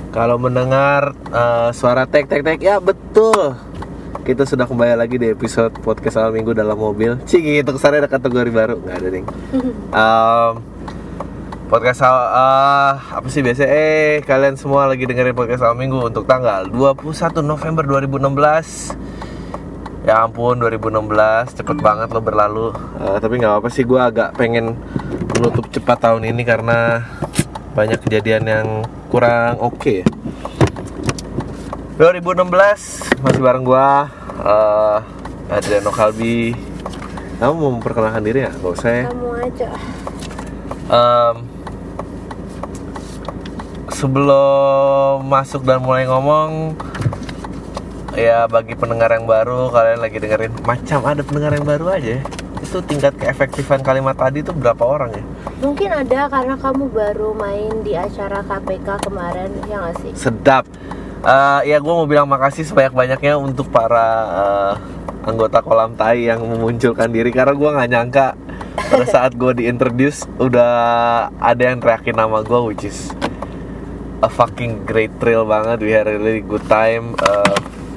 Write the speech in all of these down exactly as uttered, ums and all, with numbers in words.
Kalau mendengar uh, suara tek tek tek, ya betul. Kita sudah kembali lagi di episode podcast awal minggu dalam mobil. Cik, itu kesannya ada kategori baru, nggak ada nih. Um, podcast awal, uh, apa sih biasa? Eh, kalian semua lagi dengerin podcast awal minggu untuk tanggal dua puluh satu November dua ribu enam belas. Ya ampun, dua ribu enam belas cepet banget lo berlalu. Uh, tapi nggak apa-apa sih, gue agak pengen menutup cepat tahun ini karena banyak kejadian yang kurang oke okay ya. dua ribu enam belas masih bareng gua uh, Adriano Kalbi. Kamu mau memperkenalkan diri ya? Gak usah ya. Kamu aja. um, Sebelum masuk dan mulai ngomong, ya bagi pendengar yang baru, kalian lagi dengerin macam ada pendengar yang baru aja ya. Itu tingkat keefektifan kalimat tadi itu berapa orang ya? Mungkin ada karena kamu baru main di acara K P K kemarin, ya nggak sih? Sedap. Uh, ya gue mau bilang makasih sebanyak-banyaknya untuk para uh, anggota kolam tai yang memunculkan diri, karena gue nggak nyangka pada saat gue di-introduce udah ada yang teriakin nama gue, which is a fucking great thrill banget. We had a really good time. Uh,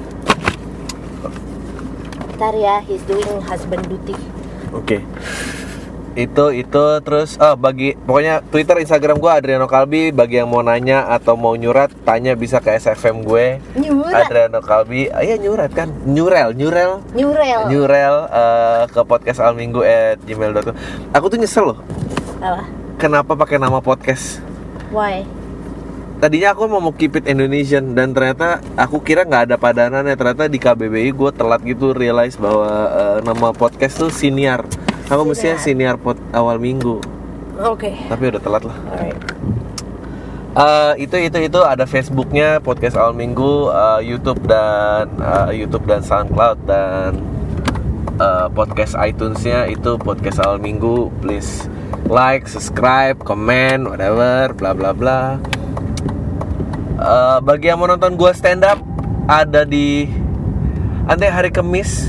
Bentar ya, he's doing husband duty. Oke. Okay. Itu itu terus oh bagi pokoknya Twitter, Instagram gue Adriano Kalbi. Bagi yang mau nanya atau mau nyurat, tanya bisa ke S F M gue. Nyurat. Adriano Kalbi. Ah, iya nyurat kan. Nyurel, nyurel. Nyurel. Nyurel uh, ke podcast alminggu at gmail dot com. Aku tuh nyesel loh. Apa? Kenapa pakai nama podcast? Why? Tadinya aku mau keep it Indonesian dan ternyata aku kira nggak ada padanannya. Ternyata di K B B I gue telat gitu realize bahwa uh, nama podcast tuh Siniar. Kamu mestinya Siniar Pod awal minggu. Oke. Okay. Tapi udah telat lah. Alright. Uh, itu itu itu ada Facebooknya podcast awal minggu, uh, YouTube dan uh, YouTube dan SoundCloud, dan uh, podcast iTunes-nya itu podcast awal minggu. Please like, subscribe, comment, whatever, bla bla bla. Uh, bagi yang mau nonton gue stand up, ada di nanti hari Kamis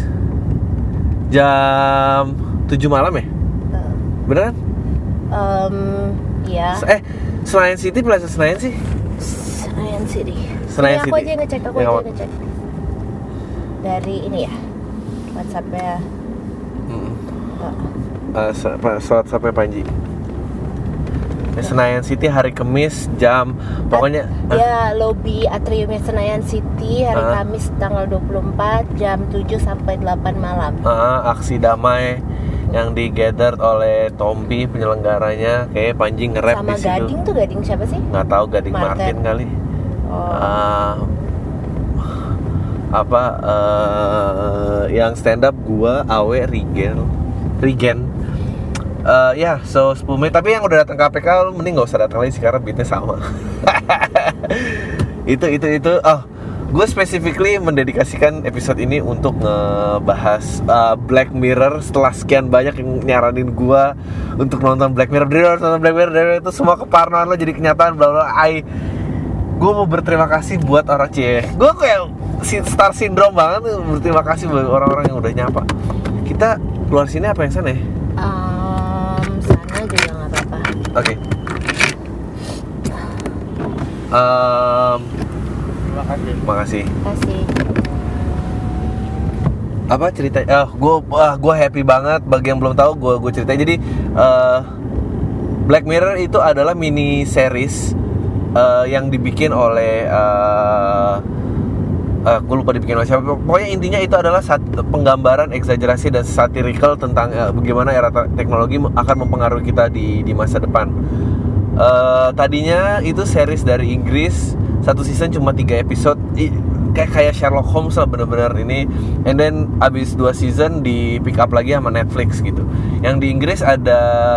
jam tujuh malam ya? Uh, Beneran? Um, ya. Eh, Senayan City, Plaza Senayan sih? Senayan City. Senayan ini aku City. aja ngecek, aku Ya, aja kamu- ngecek. Dari ini ya, WhatsApp-nya. Mm. Uh, Uh, WhatsApp-nya Panji. Senayan City hari Kamis jam pokoknya At, ya lobby atriumnya Senayan City hari uh, Kamis tanggal dua puluh empat jam tujuh sampai delapan malam. uh, aksi damai yang digather oleh Tompi penyelenggaranya. Kayak Panji nge-rap Sama di situ. Gading tuh, Gading siapa sih? Nggak tahu, Gading Martin, Martin kali. Oh. Uh, apa uh, yang stand up gua Awe Rigen Rigen Uh, ya, yeah, so sepuluh menit. Tapi yang udah datang K P K, lu mending gak usah datang lagi sih, karena beatnya sama. Itu, itu, itu Oh, gue specifically mendedikasikan episode ini untuk ngebahas uh, Black Mirror. Setelah sekian banyak yang nyaranin gue untuk nonton Black Mirror, Black Mirror, nonton Black Mirror, Black Mirror, itu semua keparnoan lo jadi kenyataan, bla bla. I Gue mau berterima kasih buat orang cie. Gue kayak star syndrome banget tuh, berterima kasih buat orang-orang yang udah nyapa. Kita keluar sini apa yang sana ya? Um, sana juga nggak apa-apa. Oke. Okay. Um, Terima kasih. makasih. Kasih. Apa cerita? Ah, gue, ah, gue happy banget. Bagi yang belum tahu, gue, gue ceritain. Jadi, uh, Black Mirror itu adalah mini series uh, yang dibikin oleh, uh, uh, gue lupa dibikin oleh siapa. Pokoknya intinya itu adalah sat- penggambaran eksagerasi dan satirical tentang uh, bagaimana era teknologi akan mempengaruhi kita di di masa depan. Uh, tadinya itu series dari Inggris, satu season cuma tiga episode, I, kayak kayak Sherlock Holmes lah bener-bener ini. And then abis dua season di pick up lagi sama Netflix gitu. Yang di Inggris ada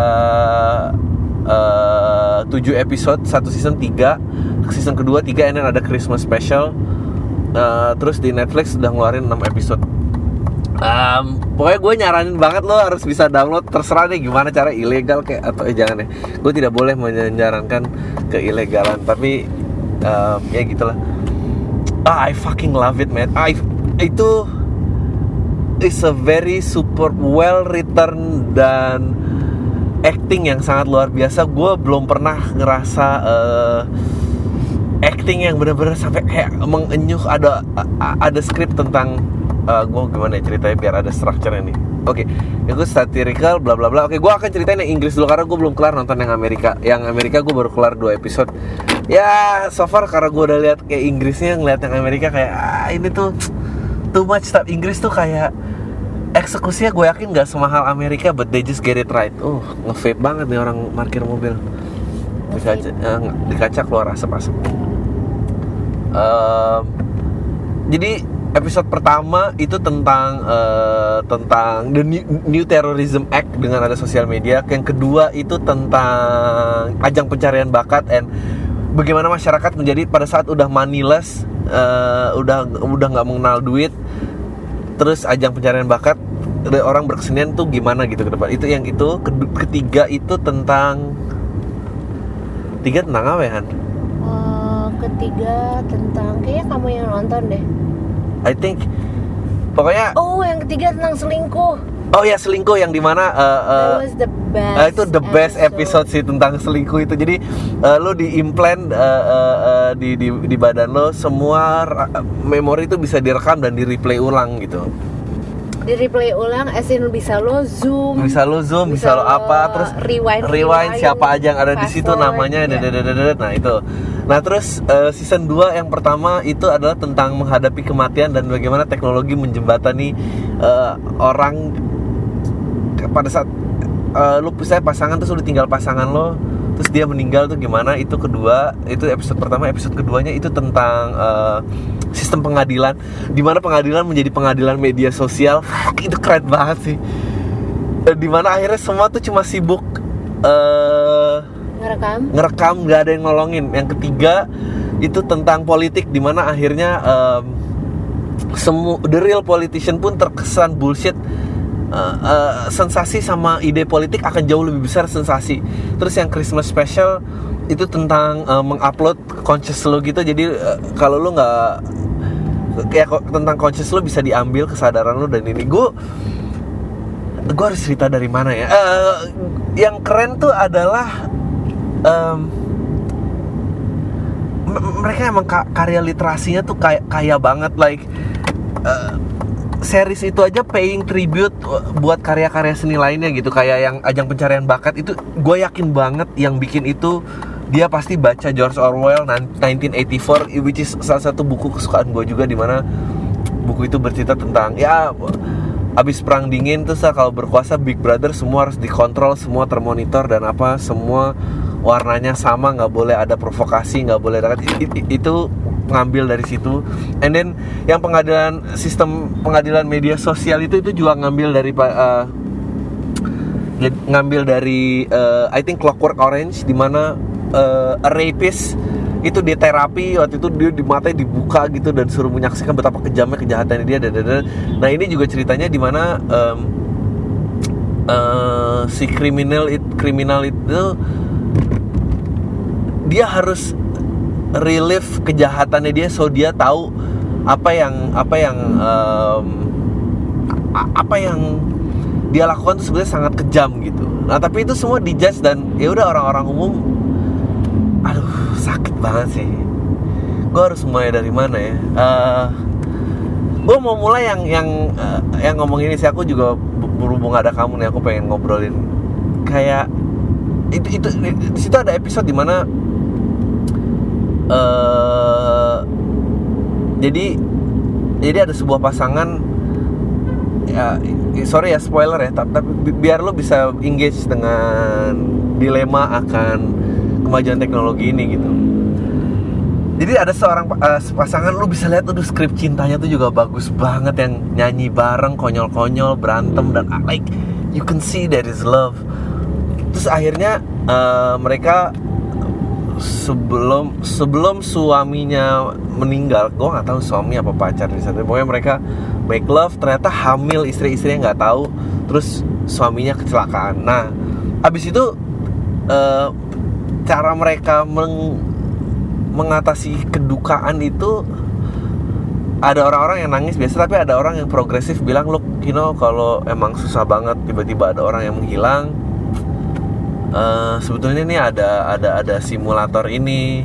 uh, tujuh episode, satu season tiga, season kedua tiga, and then ada Christmas special. Uh, terus di Netflix udah ngeluarin enam episode. Um, pokoknya gue nyaranin banget lo harus bisa download. Terserah deh gimana cara, ilegal kayak atau eh, jangan deh. Gue tidak boleh menyarankan keilegalan, tapi um, ya gitulah. Ah, I fucking love it, man. I itu is a very super well written dan acting yang sangat luar biasa. Gue belum pernah ngerasa uh, acting yang benar-benar sampai kayak mengenyuh. Ada ada skrip tentang uh, gue gimana ya ceritanya biar ada strukturnya nih. Oke, okay. Itu satirical bla bla bla. Oke, okay, gue akan ceritain yang Inggris dulu karena gue belum kelar nonton yang Amerika. Yang Amerika gue baru kelar dua episode. Ya, so far karena gue udah lihat kayak Inggrisnya, ngeliat yang Amerika kayak ah, ini tuh too much stuff. Inggris tuh kayak eksekusinya gue yakin nggak semahal Amerika, but they just get it right. Oh, nge-vape banget nih orang parkir mobil. Di kaca, eh, di kaca keluar asap-asap. Um, jadi episode pertama itu tentang uh, tentang the new, new terrorism act dengan ada sosial media. Yang kedua itu tentang ajang pencarian bakat and bagaimana masyarakat menjadi pada saat udah moneyless, uh, udah udah nggak mengenal duit, terus ajang pencarian bakat orang berkesenian tuh gimana gitu ke depan. Itu yang itu. Ketiga itu tentang tiga tentang apa ya Han? Uh, ketiga tentang kayaknya kamu yang nonton deh. I think pokoknya oh yang ketiga tentang selingkuh. Oh ya selingkuh yang dimana uh, uh, That was the best uh, itu the best episode. episode sih tentang selingkuh itu. Jadi uh, lo diimplant uh, uh, uh, di, di di badan lo semua ra- memori itu bisa direkam dan di replay ulang gitu. Di replay ulang, as in bisa lo zoom, bisa lo zoom, bisa, bisa lo apa, terus rewind, rewind, rewind siapa aja yang ada di situ namanya, yeah. dadadadadad. Nah itu. Nah terus uh, season dua yang pertama itu adalah tentang menghadapi kematian dan bagaimana teknologi menjembatani uh, orang pada saat uh, lu misalnya pasangan terus udah tinggal pasangan lo, terus dia meninggal tuh gimana. Itu kedua, itu episode pertama. Episode keduanya itu tentang uh, sistem pengadilan, dimana pengadilan menjadi pengadilan media sosial. Itu keren banget sih, dimana akhirnya semua tuh cuma sibuk uh, ngerekam ngerekam nggak ada yang nolongin. Yang ketiga itu tentang politik, dimana akhirnya um, semua the real politician pun terkesan bullshit. Uh, uh, sensasi sama ide politik akan jauh lebih besar sensasi. Terus yang Christmas special itu tentang uh, mengupload conscious lo gitu. Jadi uh, kalau lo nggak kayak tentang conscious lo bisa diambil kesadaran lo. Dan ini gue gue harus cerita dari mana ya. Uh, yang keren tuh adalah um, m- mereka emang ka- karya literasinya tuh kaya, kaya banget. Like uh, series itu aja paying tribute buat karya-karya seni lainnya gitu. Kayak yang ajang pencarian bakat itu, gue yakin banget yang bikin itu dia pasti baca George Orwell nineteen eighty-four, which is salah satu buku kesukaan gue juga, dimana buku itu bercerita tentang ya abis perang dingin tuh kalau berkuasa Big Brother semua harus dikontrol, semua termonitor dan apa semua warnanya sama, nggak boleh ada provokasi, nggak boleh ada itu ngambil dari situ. And then yang pengadilan sistem pengadilan media sosial itu itu juga ngambil dari uh, ngambil dari uh, I think Clockwork Orange, di mana uh, a rapist itu dia terapi waktu itu, dia di matanya dibuka gitu dan suruh menyaksikan betapa kejamnya kejahatannya dia. Dadada. Nah ini juga ceritanya di mana um, uh, si kriminal it, kriminal itu dia harus relive kejahatannya dia, so dia tahu apa yang apa yang um, apa yang dia lakukan itu sebenarnya sangat kejam gitu. Nah tapi itu semua dijudge dan ya udah orang-orang umum, aduh sakit banget sih. Gue harus mulai dari mana ya? Uh, gue mau mulai yang yang uh, yang ngomong ini sih. Aku juga berhubung ada kamu nih, aku pengen ngobrolin kayak itu itu di situ ada episode di mana Uh, jadi jadi ada sebuah pasangan ya, sorry ya spoiler ya, tapi, tapi biar lo bisa engage dengan dilema akan kemajuan teknologi ini gitu. Jadi ada seorang uh, pasangan, lo bisa lihat tuh skrip cintanya tuh juga bagus banget, yang nyanyi bareng, konyol-konyol, berantem dan like you can see there is love. Terus akhirnya uh, mereka sebelum sebelum suaminya meninggal, gue nggak tahu suami apa pacar di sana, pokoknya mereka make love, ternyata hamil istri-istrinya nggak tahu, terus suaminya kecelakaan. Nah abis itu uh, cara mereka meng, mengatasi kedukaan itu, ada orang-orang yang nangis biasa, tapi ada orang yang progresif bilang, look you know kalau emang susah banget tiba-tiba ada orang yang menghilang, Uh, sebetulnya nih ada ada ada simulator ini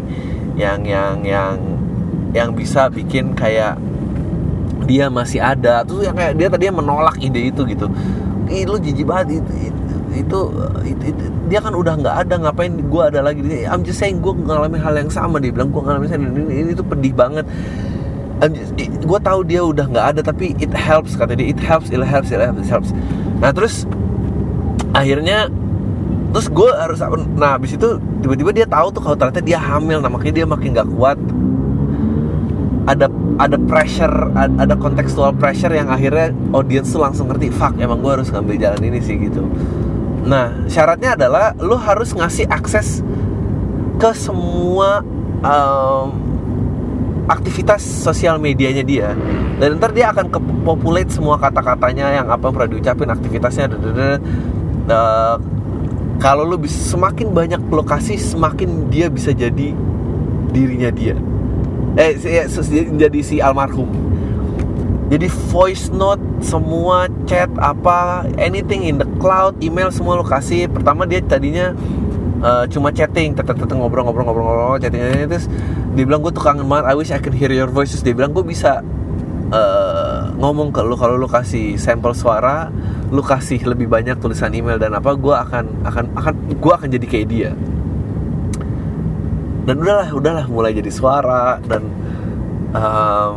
yang yang yang yang bisa bikin kayak dia masih ada. Terus yang kayak dia tadinya menolak ide itu gitu. Ih, lu jijik banget itu, itu, itu, itu, itu dia kan udah nggak ada, ngapain gue ada lagi. I'm just saying gue ngalamin hal yang sama. Dia bilang gue ngalamin ini, ini, ini tuh pedih banget. Gue tahu dia udah nggak ada, tapi it helps, kata dia, it helps, it helps, it helps, it helps. Nah terus akhirnya terus gue harus, nah abis itu tiba-tiba dia tahu tuh kalau ternyata dia hamil. Nah makanya dia makin nggak kuat. Ada ada pressure, ada kontekstual pressure yang akhirnya audience tuh langsung ngerti, fuck, emang gue harus ngambil jalan ini sih gitu. Nah syaratnya adalah lo harus ngasih akses ke semua um, aktivitas sosial medianya dia, dan ntar dia akan kepopulate semua kata-katanya yang apa pernah diucapin, aktivitasnya. Uh, kalau lu bisa semakin banyak lokasi, semakin dia bisa jadi dirinya dia. Eh, jadi si almarhum. Jadi voice note, semua chat apa, anything in the cloud, email semua lu kasih. Pertama dia tadinya uh, cuma chatting, tetep-tetep ngobrol-ngobrol-ngobrol, chatting, terus dia bilang gue tuh kangen banget, I wish I can hear your voices. Dia bilang gue bisa uh, ngomong ke lu kalau lu kasih sampel suara, lu kasih lebih banyak tulisan email dan apa, gue akan akan akan gue akan jadi kayak dia. Dan udahlah, udahlah mulai jadi suara dan um,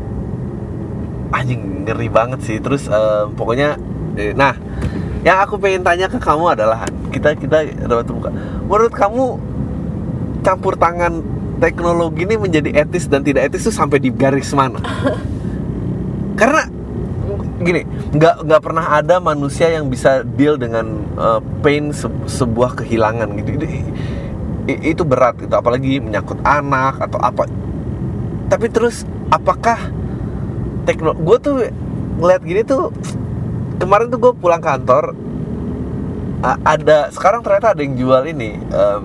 anjing ngeri banget sih. Terus um, pokoknya, eh, nah yang aku pengen tanya ke kamu adalah kita kita dapat terbuka. Menurut kamu campur tangan teknologi ini menjadi etis dan tidak etis itu sampai di garis mana? Karena gini, nggak nggak pernah ada manusia yang bisa deal dengan uh, pain se- sebuah kehilangan gitu. I- itu berat gitu, apalagi menyangkut anak atau apa. Tapi terus apakah teknologi? Gue tuh ngeliat gini tuh, kemarin tuh gue pulang kantor, uh, ada sekarang ternyata ada yang jual ini. Um,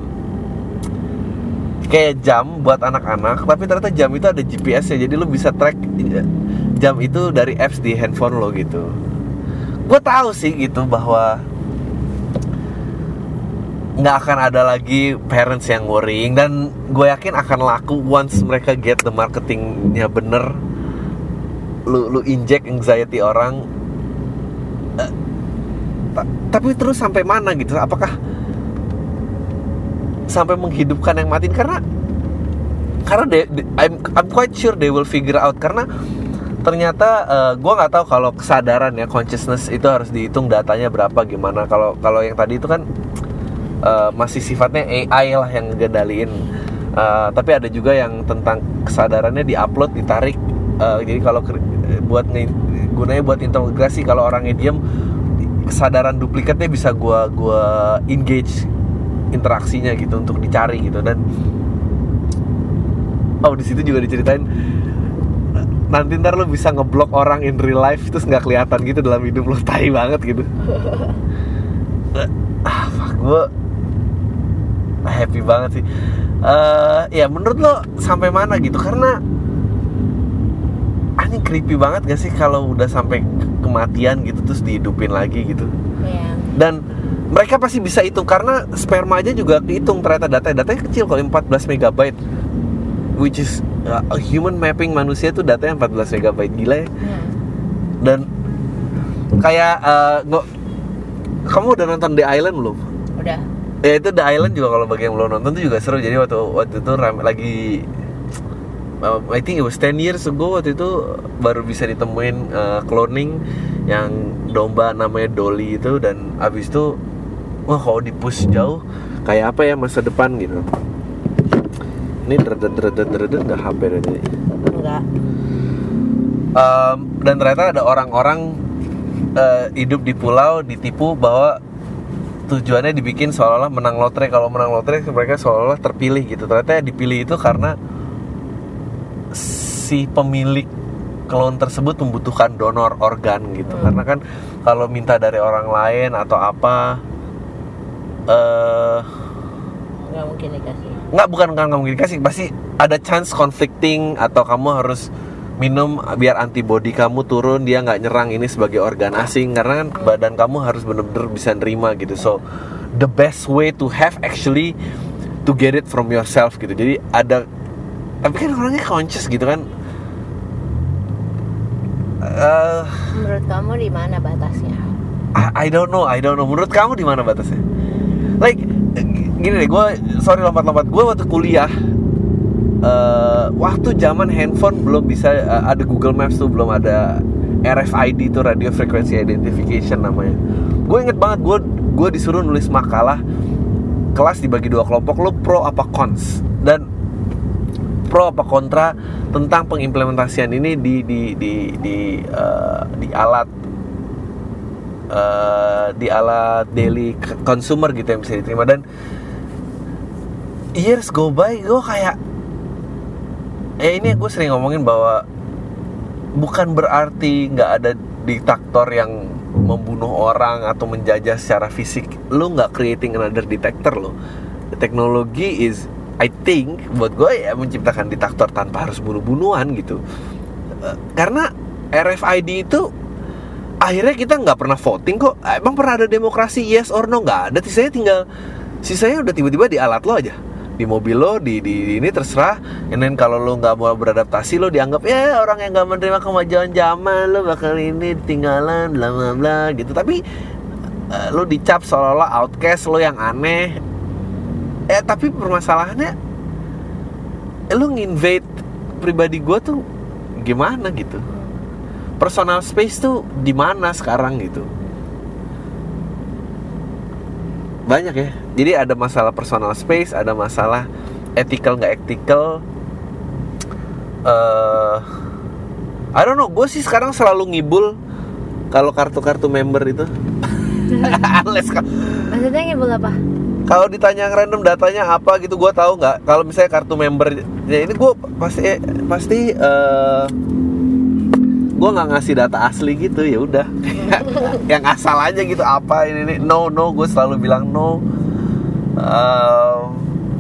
kayak jam buat anak-anak, tapi ternyata jam itu ada G P S-nya, jadi lu bisa track jam itu dari apps di handphone lo gitu. Gue tahu sih gitu bahwa nggak akan ada lagi parents yang worrying, dan gue yakin akan laku once mereka get the marketingnya bener. Lu lu inject anxiety orang. Uh, t- tapi terus sampai mana gitu? Apakah sampai menghidupkan yang mati? Karena karena they, they, I'm I'm quite sure they will figure out. Karena ternyata uh, gue nggak tahu kalau kesadaran ya, consciousness itu harus dihitung datanya berapa gimana. Kalau kalau yang tadi itu kan uh, masih sifatnya A I lah yang ngegendaliin. Uh, tapi ada juga yang tentang kesadarannya diupload, ditarik. Uh, jadi kalau ke, buat nge, gunanya buat integrasi, kalau orangnya diem, kesadaran duplikatnya bisa gue gue engage interaksinya gitu untuk dicari gitu. Dan oh di situ juga diceritain nanti ntar lo bisa ngeblok orang in real life terus nggak kelihatan gitu dalam hidup lo, tai banget gitu. Ah, fuck, gue happy banget sih. Uh, ya menurut lo sampai mana gitu? Karena anjing creepy banget gak sih kalau udah sampai kematian gitu terus dihidupin lagi gitu. Yeah. Dan mereka pasti bisa hitung karena sperma aja juga dihitung ternyata, datanya datanya kecil kali, empat belas megabyte, which is uh, human mapping manusia tuh datanya empat belas megabyte, gila ya. Hmm. Dan kayak uh, go, kamu udah nonton The Island belum? Udah. Ya itu The Island juga kalau bagi yang belum nonton tuh juga seru. Jadi waktu waktu itu ram, lagi uh, I think it was ten years ago, waktu itu baru bisa ditemuin uh, cloning yang domba namanya Dolly itu. Dan abis itu wah kalau di-push jauh kayak apa ya masa depan gitu. Ini deret-deret-deret nggak H P tadi? Enggak. Um, dan ternyata ada orang-orang uh, hidup di pulau ditipu bahwa tujuannya dibikin seolah-olah menang lotre. Kalau menang lotre mereka seolah-olah terpilih gitu. Ternyata yang dipilih itu karena si pemilik klon tersebut membutuhkan donor organ gitu. Hmm. Karena kan kalau minta dari orang lain atau apa uh, nggak mungkin dikasih. Nggak, bukan nggak mungkin dikasih, pasti ada chance conflicting, atau kamu harus minum biar antibody kamu turun, dia nggak nyerang ini sebagai organ asing, karena kan hmm. badan kamu harus benar-benar bisa nerima gitu. So the best way to have actually to get it from yourself gitu. Jadi ada, tapi kan orangnya conscious gitu kan. Uh, Menurut kamu di mana batasnya? I, I don't know, I don't know. Menurut kamu di mana batasnya? Like gini deh, gue sorry lompat-lompat. Gue waktu kuliah, uh, waktu zaman handphone belum bisa uh, ada Google Maps tuh, belum ada R F I D tuh, radio frequency identification namanya. Gue inget banget, gue gue disuruh nulis makalah, kelas dibagi dua kelompok, lo pro apa cons, dan pro apa kontra tentang pengimplementasian ini di di di di uh, di alat uh, di alat daily consumer gitu yang bisa diterima. Dan years go by, gue kayak eh ini gue sering ngomongin bahwa bukan berarti nggak ada diktator yang membunuh orang atau menjajah secara fisik, lo nggak creating another dictator lo. Teknologi is, I think, buat gue ya menciptakan diktator tanpa harus bunuh-bunuhan gitu. Karena R F I D itu akhirnya kita nggak pernah voting kok. Emang pernah ada demokrasi yes or no? Nggak ada. Sisanya tinggal, sisanya udah tiba-tiba di alat lo aja, di mobil lo, di, di, di ini terserah. And then kalau lo nggak mau beradaptasi, lo dianggap ya orang yang nggak menerima kemajuan zaman, lo bakal ini tinggalan bla bla bla gitu. Tapi uh, lo dicap seolah-olah outcast, lo yang aneh. Eh tapi permasalahannya, eh, lo nginvade pribadi gue tuh gimana gitu? Personal space tuh di mana sekarang gitu? Banyak ya. Jadi ada masalah personal space, ada masalah ethical nggak ethical. Uh, I don't know. Gue sih sekarang selalu ngibul kalau kartu-kartu member itu. Unless ka- Maksudnya ngibul apa? Kalau ditanya random datanya apa gitu, gue tahu nggak. Kalau misalnya kartu member, ya ini gue pasti pasti uh, gue nggak ngasih data asli gitu, ya udah. Yang asal aja gitu, apa ini, ini no no, gue selalu bilang no. um,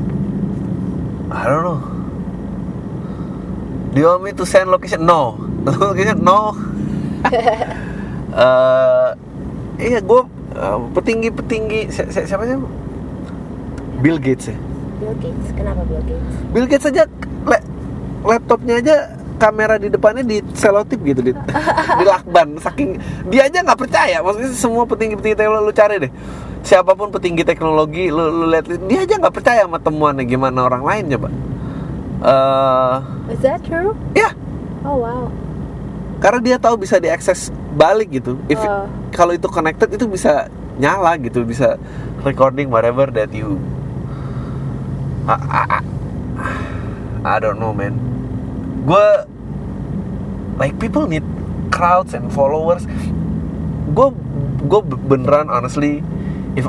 I don't know. Do you want me to send location? No. Location? No. uh, Iya, gue uh, petinggi-petinggi si- si- siapa sih? Bill Gates ya. Bill Gates, kenapa Bill Gates? Bill Gates aja le- laptopnya aja kamera di depannya di selotip gitu, di, di lakban, saking dia aja nggak percaya. Maksudnya semua petinggi-petinggi teknologi, lu cari deh, siapapun petinggi teknologi, lu, lu lihat dia aja nggak percaya sama temuannya. Gimana orang lain coba? Uh, Is that true? ya, Oh wow. karena dia tahu bisa diakses balik gitu. If it- Oh. kalau itu connected itu bisa nyala gitu, bisa recording whatever that you. I, I, I don't know man. Gue like people need crowds and followers. Gue gue beneran honestly, if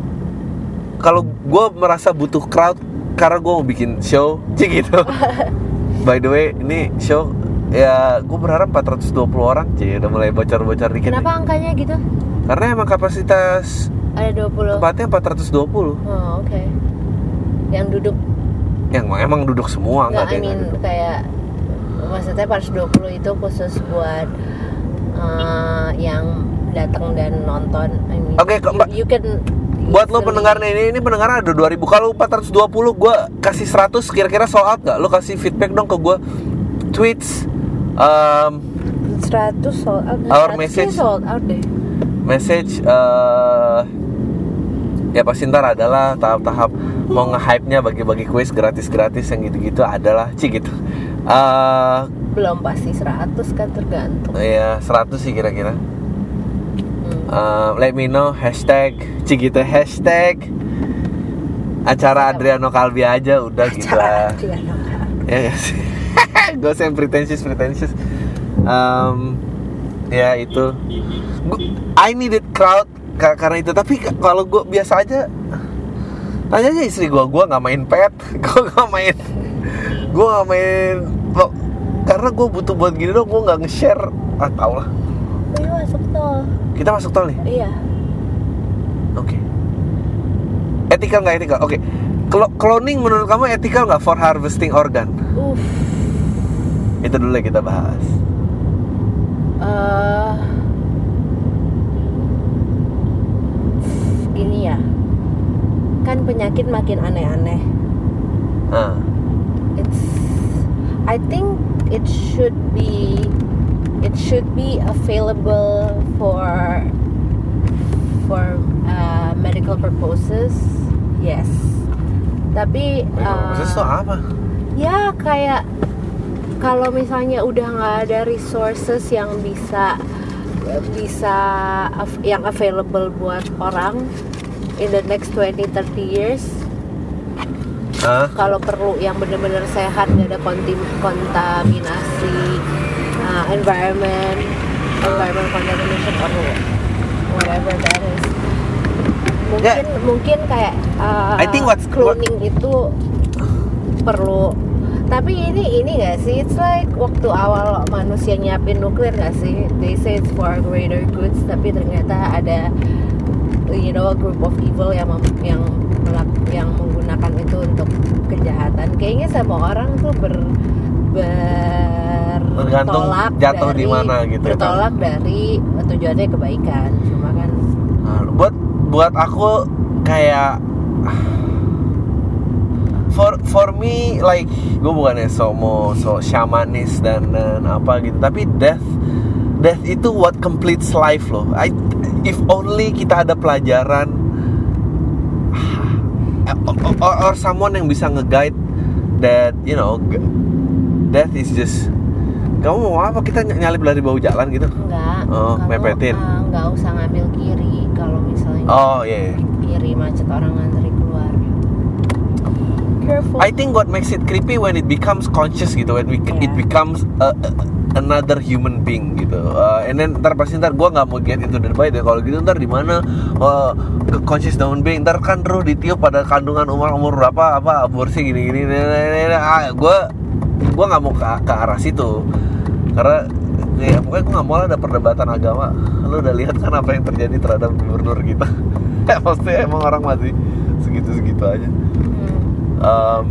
kalau gue merasa butuh crowd karena gue mau bikin show cik gitu. By the way, ini show ya gue berharap empat ratus dua puluh orang cik, udah mulai bocor-bocor dikit. Kenapa angkanya gitu? Karena emang kapasitas Ada dua puluh. tempatnya empat ratus dua puluh. Oh oke. Yang duduk Yang emang duduk semua, nggak, nggak ada I yang mean nggak duduk. kayak maksudnya empat ratus dua puluh itu khusus buat uh, yang datang dan nonton. I mean, Oke, ke- Mbak. you, you can Buat lo easily- pendengarnya ini, ini pendengar ada dua ribu. Kalau empat ratus dua puluh gue kasih seratus, kira-kira sold out gak? Lo kasih feedback dong ke gue. Tweets, um, seratus sold out. Our seratus message. sold out deh. message, uh, ya pasti ntar adalah tahap-tahap mau nge-hype-nya, bagi-bagi kuis gratis-gratis yang gitu-gitu adalah, cik gitu. Uh, Belum pasti seratus kan, tergantung. ya seratus sih kira-kira. Hmm. Uh, let me know, hashtag cik gitu, hashtag acara Adriano Calvi aja udah gitu lah. Adriano Calvi. Ya nggak sih. Gak usah yang pretentious pretentious. Um, ya itu. Gua, I needed crowd ka- karena itu. Tapi k- kalau gue biasa aja, tanya aja istri gue. Gue nggak main pet. Gue nggak main. Gue nggak main. Lo, karena gue butuh buat gini dong. Gue nggak nge-share. Ah tau lah. Ini masuk tol. Kita masuk tol nih. Iya. Oke. Okay. Ethical nggak ethical? Oke. Okay. Clo- cloning menurut kamu ethical nggak for harvesting organ? Uff. Itu dulu yang kita bahas. Eh, gini ya, kan bikin penyakit makin aneh-aneh. Ah. It's I think it should be it should be available for for uh, medical purposes. Yes. Tapi uh, Maksudnya itu apa? ya kayak kalau misalnya udah nggak ada resources yang bisa bisa av- yang available buat orang in the next twenty to thirty years, Ah. kalau perlu yang benar-benar sehat, nggak ada kontim- kontaminasi uh, environment environment contamination or whatever that is, mungkin Yeah. mungkin kayak uh, I think what's- cloning itu perlu. Tapi ini ini nggak sih, it's like waktu awal manusia nyiapin nuklir nggak sih, they say it's for greater goods, tapi ternyata ada you know a group of evil yang mem- yang melak- yang menggunakan itu untuk kejahatan. Kayaknya semua orang tuh ber Tergantung bertolak jatuh dari di mana gitu ya, bertolak dari tujuannya kebaikan. Cuma kan Nah, buat buat aku kayak for for me like gue bukannya so mau so shamanis dan dan apa gitu, tapi death death itu what completes life loh. I, if only kita ada pelajaran or, or, or someone yang bisa nge-guide that you know death is just, kamu mau apa, kita ny- nyalip dari bawah jalan gitu. enggak, Oh, kalau mepetin. uh, nggak usah ngambil kiri kalau misalnya Oh iya, yeah. kiri macet orang ngantri keluar. Careful. I think what makes it creepy when it becomes conscious gitu, when we, Yeah. it becomes a, a, another human being gitu. Uh, and then ntar pasti ntar gue nggak mau get into the debate ya. Kalau gitu ntar di mana uh, conscious human being, ntar kan ruh ditiup pada kandungan umur umur berapa apa aborsi gini gini. Ah, gue gue nggak mau ke, ke arah situ karena ya pokoknya gue nggak mau lah ada perdebatan agama. Lo udah lihat kan apa yang terjadi terhadap gubernur kita. Ya pasti emang orang masih segitu segitu aja. Hmm. Um,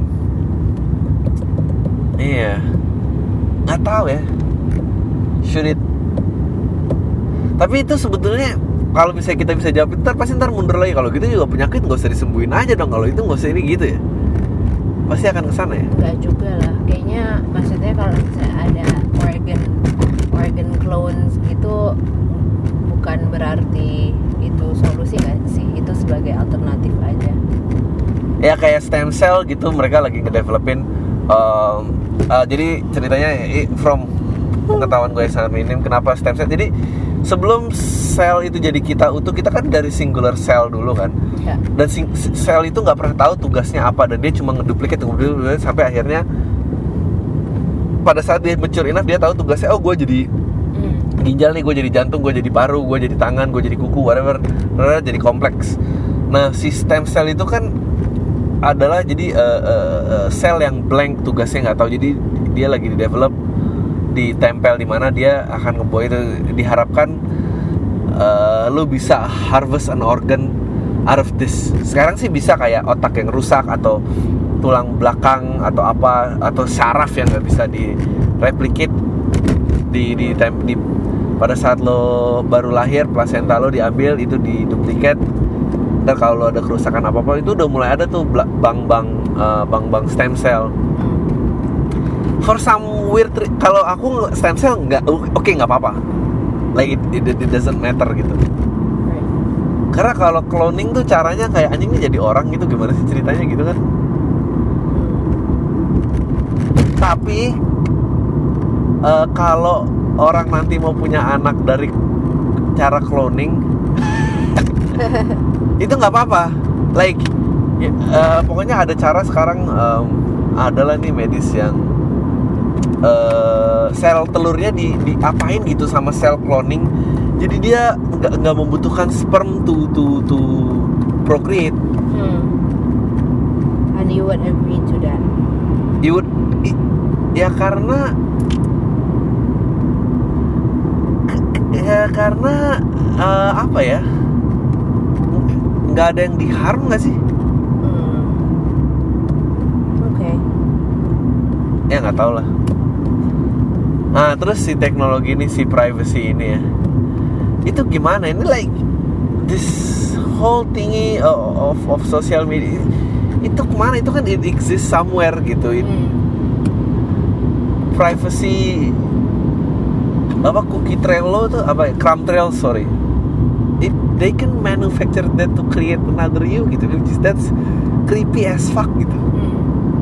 iya, nggak tahu ya. Should it? Tapi itu sebetulnya kalau misalnya kita bisa jawab, ntar pasti ntar mundur lagi. Kalau gitu juga penyakit nggak usah disembuhin aja dong. Kalau itu nggak usah ini gitu ya. Pasti akan kesana ya. Enggak juga lah. Kayaknya maksudnya kalau misalnya ada organ organ clones gitu bukan berarti itu solusi kan sih. Itu sebagai alternatif aja. Ya kayak stem cell gitu, mereka lagi ngedevelopin. Um, uh, jadi ceritanya i- from pengetahuan gue yang sangat minim, kenapa stem cell. Jadi sebelum sel itu jadi kita utuh, kita kan dari singular cell dulu kan. Ya. Dan sing- sel itu nggak pernah tahu tugasnya apa, dan dia cuma ngeduplikat ngeduplikat sampai akhirnya pada saat dia mature enough dia tahu tugasnya. Oh, gue jadi Hmm. ginjal nih, gue jadi jantung, gue jadi paru, gue jadi tangan, gue jadi kuku, whatever, whatever, jadi kompleks. Nah, si stem cell itu kan adalah jadi uh, uh, uh, sel yang blank, tugasnya nggak tahu. Jadi dia lagi di develop, ditempel di mana dia akan ngebawa itu. Diharapkan uh, lu bisa harvest an organ out of this. Sekarang sih bisa kayak otak yang rusak atau tulang belakang atau apa, atau saraf yang nggak bisa di replicate di di, tem- di pada saat lo baru lahir, plasenta lo diambil, itu diduplikat. Ntar kalau lo ada kerusakan apa apa, itu udah mulai ada tuh bank-bank uh, bank-bank stem cell. For some weird re- kalau aku stem cell nggak oke okay, nggak apa-apa, like it, it, it doesn't matter gitu. Right. Karena kalau cloning tuh caranya kayak anjing ini jadi orang gitu, gimana sih ceritanya gitu kan. Tapi uh, kalau orang nanti mau punya anak dari cara cloning itu nggak apa-apa. Like uh, pokoknya ada cara sekarang, um, adalah nih medis yang uh, sel telurnya di diapain gitu sama sel cloning. Jadi dia nggak nggak membutuhkan sperm to to to procreate. Hmm. And you would agree to that? You would, ya karena ya karena uh, apa ya, nggak ada yang diharm nggak sih? Hmm. Oke. Okay. Ya nggak tahu lah. Nah terus si teknologi ini, si privacy ini ya, itu gimana ini, like this whole thingy of of social media itu kemana? Itu kan it exists somewhere gitu. It, Hmm. privacy apa cookie trail lo tuh apa? Crumb trail sorry. It, they can manufacture that to create another you gitu. Which is that's creepy as fuck gitu. Hmm.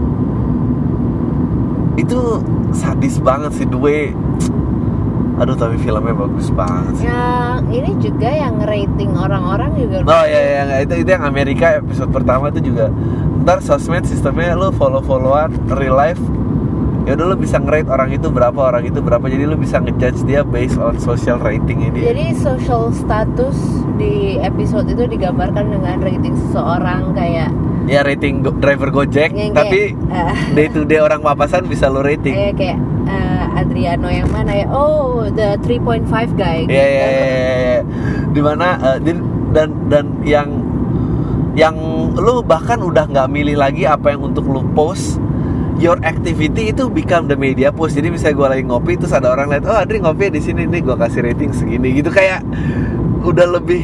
Itu sadis banget sih the way. Aduh tapi filmnya bagus banget sih. Yang ini juga yang rating orang-orang juga. Oh ya ya itu itu yang Amerika episode pertama itu juga. Ntar sosmed sistemnya lo follow-followan real life. Ya udah lo bisa nge-rate orang itu berapa, orang itu berapa. Jadi lo bisa ngejudge dia based on social rating ini. Jadi social status di episode itu digambarkan dengan rating seseorang kayak Ya rating go- driver Gojek, yang tapi kayak, uh, day to day orang papasan bisa lo rating. kayak kayak uh, Adriano yang mana ya? Oh, the three point five guy. Iya iya iya iya. Dimana uh, di- dan dan yang yang lu bahkan udah nggak milih lagi apa yang untuk lu post. Your activity itu become the media post. Jadi misalnya gue lagi ngopi terus ada orang lihat, oh Adri ngopi di sini nih, gue kasih rating segini gitu, kayak udah lebih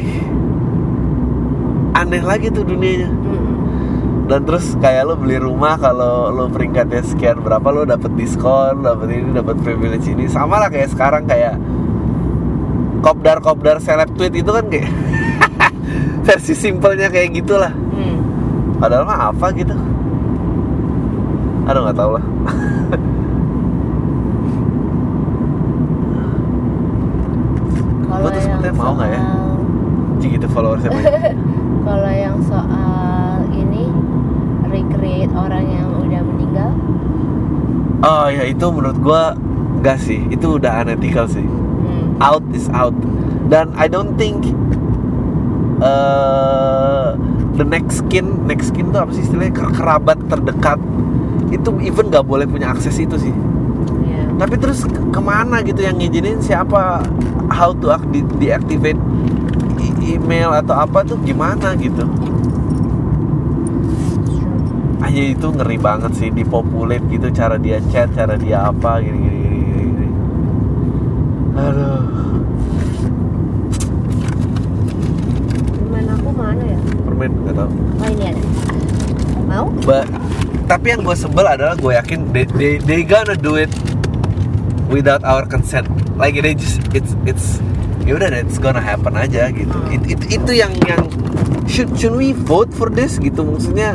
aneh lagi tuh dunianya. Mm-mm. Dan terus kayak lo beli rumah, kalau lo peringkatnya sekian berapa lo dapet diskon, dapet ini, dapet privilege ini. Sama lah kayak sekarang kayak kopdar-kopdar seleb tweet itu kan kayak versi simpelnya kayak gitulah. Hmm. Padahal mah apa gitu. Aduh nggak tahu lah. Kalau Lo tuh yang sebetulnya mau nggak ya? soal- Gitu followersnya banyak. Kalau yang soal ini recreate orang yang udah meninggal, Oh ya itu menurut gua enggak sih, itu udah unethical sih. hmm. Out is out. Dan I don't think uh, the next kin, next kin tuh apa sih istilahnya, Ker- kerabat terdekat itu even nggak boleh punya akses itu sih. Yeah. Tapi terus ke- kemana gitu yang ngizinin, siapa, how to act- di- deactivate e- email atau apa tuh gimana gitu. Aja itu ngeri banget sih, dipopulate gitu cara dia chat, cara dia apa gini gini gini, gini. Aduh. Teman aku mana ya? Permen nggak tahu. Oh ini ada. Mau? But, tapi yang gue sebel adalah gue yakin they, they they gonna do it without our consent. Like they just it's it's ya udah it's gonna happen aja gitu. It, it, itu yang yang should should we vote for this gitu, maksudnya.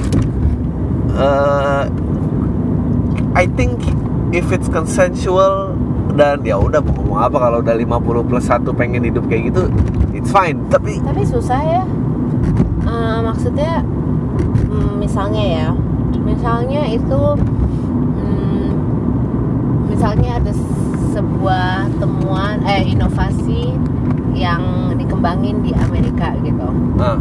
Uh, I think if it's consensual dan ya udah mau ngomong apa, kalau udah lima puluh plus satu pengen hidup kayak gitu it's fine, tapi Tapi susah ya. Eh, maksudnya mm, misalnya ya, misalnya itu mm, misalnya ada sebuah temuan eh inovasi yang dikembangin di Amerika gitu. ah,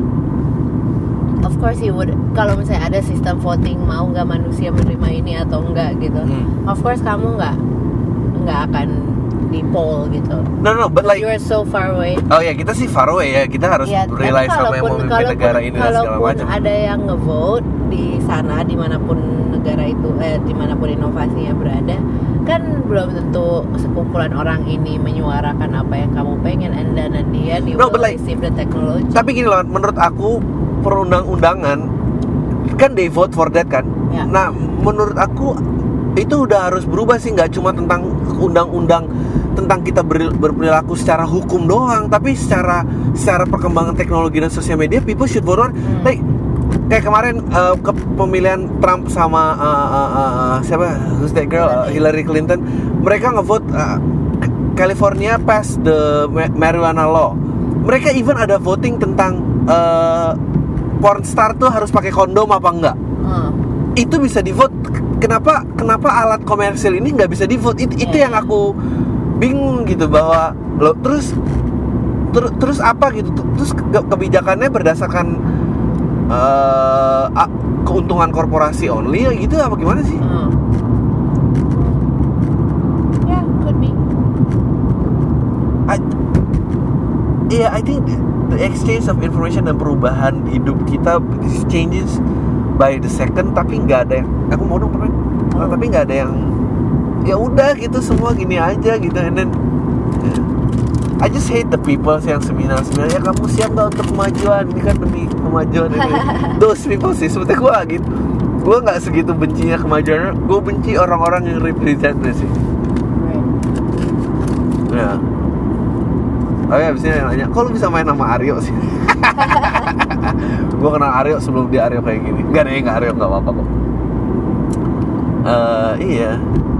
Of course you would, kalau misalnya ada sistem voting mau nggak manusia menerima ini atau enggak gitu. hmm. Of course kamu nggak nggak akan di poll gitu. no no but like You are so far away. oh ya kita sih far away ya, kita harus Ya, tapi rely sama yang kalaupun- memimpin kalaupun- negara ini dan segala kalaupun macam. ada yang ngevote di sana dimanapun negara itu eh dimanapun inovasinya berada, kan belum tentu sekumpulan orang ini menyuarakan apa yang kamu pengen, and then dia di No, will but like- receive the technology. Tapi gini loh, menurut aku perundang-undangan kan they vote for that kan. Ya. Nah, menurut aku itu udah harus berubah sih, nggak cuma tentang undang-undang tentang kita ber- berperilaku secara hukum doang, tapi secara secara perkembangan teknologi dan sosial media, people should vote on. Hmm. Like, kayak kemarin uh, ke pemilihan Trump sama uh, uh, uh, uh, siapa, who's that girl, uh, Hillary Clinton, mereka ngevote uh, California pass the ma- marijuana law. Mereka even ada voting tentang uh, porn star tuh harus pakai kondom apa enggak. Hmm. Itu bisa di vote. Kenapa kenapa alat komersil ini nggak bisa di vote? It, itu Yeah. yang aku bingung gitu, bahwa lo terus ter, terus apa gitu, terus ke- kebijakannya berdasarkan uh, a- keuntungan korporasi only gitu apa gimana sih? Hmm. Yeah, could be. I, yeah, I think the exchange of information dan perubahan hidup kita this changes by the second, tapi nggak ada yang aku mau dong pernah, Oh. tapi nggak ada yang ya udah gitu semua gini aja gitu, and then I just hate the people yang seminar-seminar ya kamu siap nggak untuk kemajuan ini kan demi kemajuan ini. Those people sih sebetulnya gue gitu. Gue nggak segitu bencinya kemajuan. Gue benci orang-orang yang representnya sih. Ya. Oh ya, abis ini nanya, kok lu bisa main sama Aryo sih? Gue kenal Aryo sebelum dia Aryo kayak gini. Gak deh, gak Aryo, gak apa-apa kok. Uh, iya.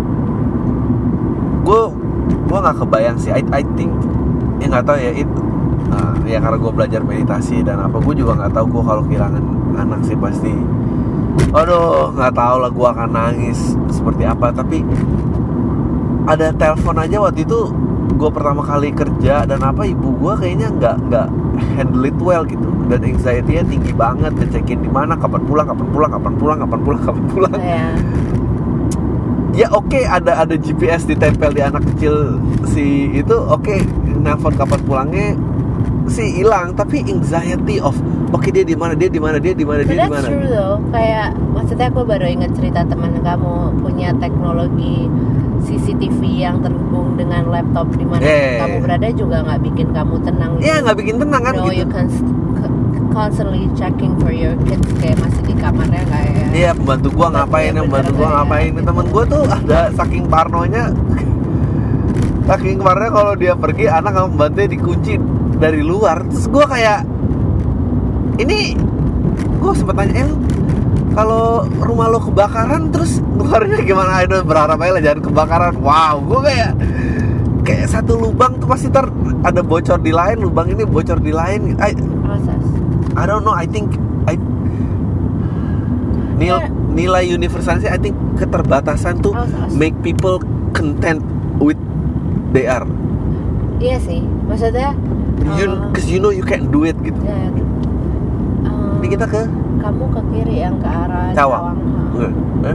Gue gue nggak kebayang sih. I, I think, ya nggak tahu ya itu. Uh, ya karena gue belajar meditasi dan apa, gue juga nggak tahu gue kalau kehilangan anak sih pasti. Aduh, nggak tahu lah gue akan nangis seperti apa. Tapi ada telepon aja waktu itu. Gue pertama kali kerja dan apa ibu gue kayaknya nggak nggak handle it well gitu dan anxiety-nya tinggi banget ngecekin di mana kapan pulang kapan pulang kapan pulang kapan pulang kapan pulang yeah. Ya oke okay, ada ada G P S ditempel di anak kecil si itu oke okay, nelfon kapan pulangnya sih hilang tapi anxiety of oke okay, dia di mana dia di mana dia di mana dia di mana. That's true though. Kayak maksudnya aku baru ingat cerita teman kamu punya teknologi C C T V yang terhubung dengan laptop di mana yeah. kamu berada juga nggak bikin kamu tenang. Iya yeah, nggak bikin tenang kan. No, gitu. You const- constantly checking for your kids kayak masih di kamarnya nggak ya? Iya yeah, pembantu gua ngapain, ya, pembantu gua ngapain. Ya. Temen gua tuh ada saking parnonya, saking parnonya kalau dia pergi anak sama pembantunya dikunci dari luar. Terus gua kayak ini, gua sempet tanya eh kalau rumah lo kebakaran terus keluarnya gimana? Aduh berharap aja lah jangan kebakaran. Wow, gue kayak kayak satu lubang tuh pasti ter ada bocor di lain, lubang ini bocor di lain. I, I don't know. I think I nil, yeah. nilai universalnya I think keterbatasan tuh Proses. make people content with they are. Iya sih, maksudnya. You, uh, cause you know you can't do it gitu. Yeah. Uh, Ini kita ke kamu ke kiri yang ke arah Cawang. Cawang. Eh?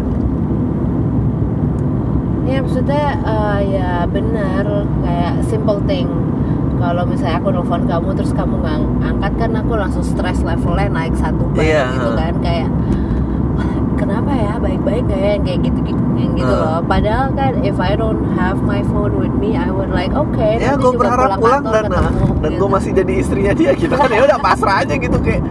Ya maksudnya uh, ya benar kayak simple thing. Kalau misalnya aku nelfon kamu terus kamu nggak angkat kan aku langsung stress levelnya naik satu band yeah. gitu kan kayak kenapa ya baik-baik gak ya yang kayak gitu yang gitu uh. loh. Padahal kan if I don't have my phone with me I would like okay. Ya gue berharap pulang, pulang dan ketemu, dan gitu. Gue masih jadi istrinya dia gitu kan ya udah pasrah aja gitu kayak.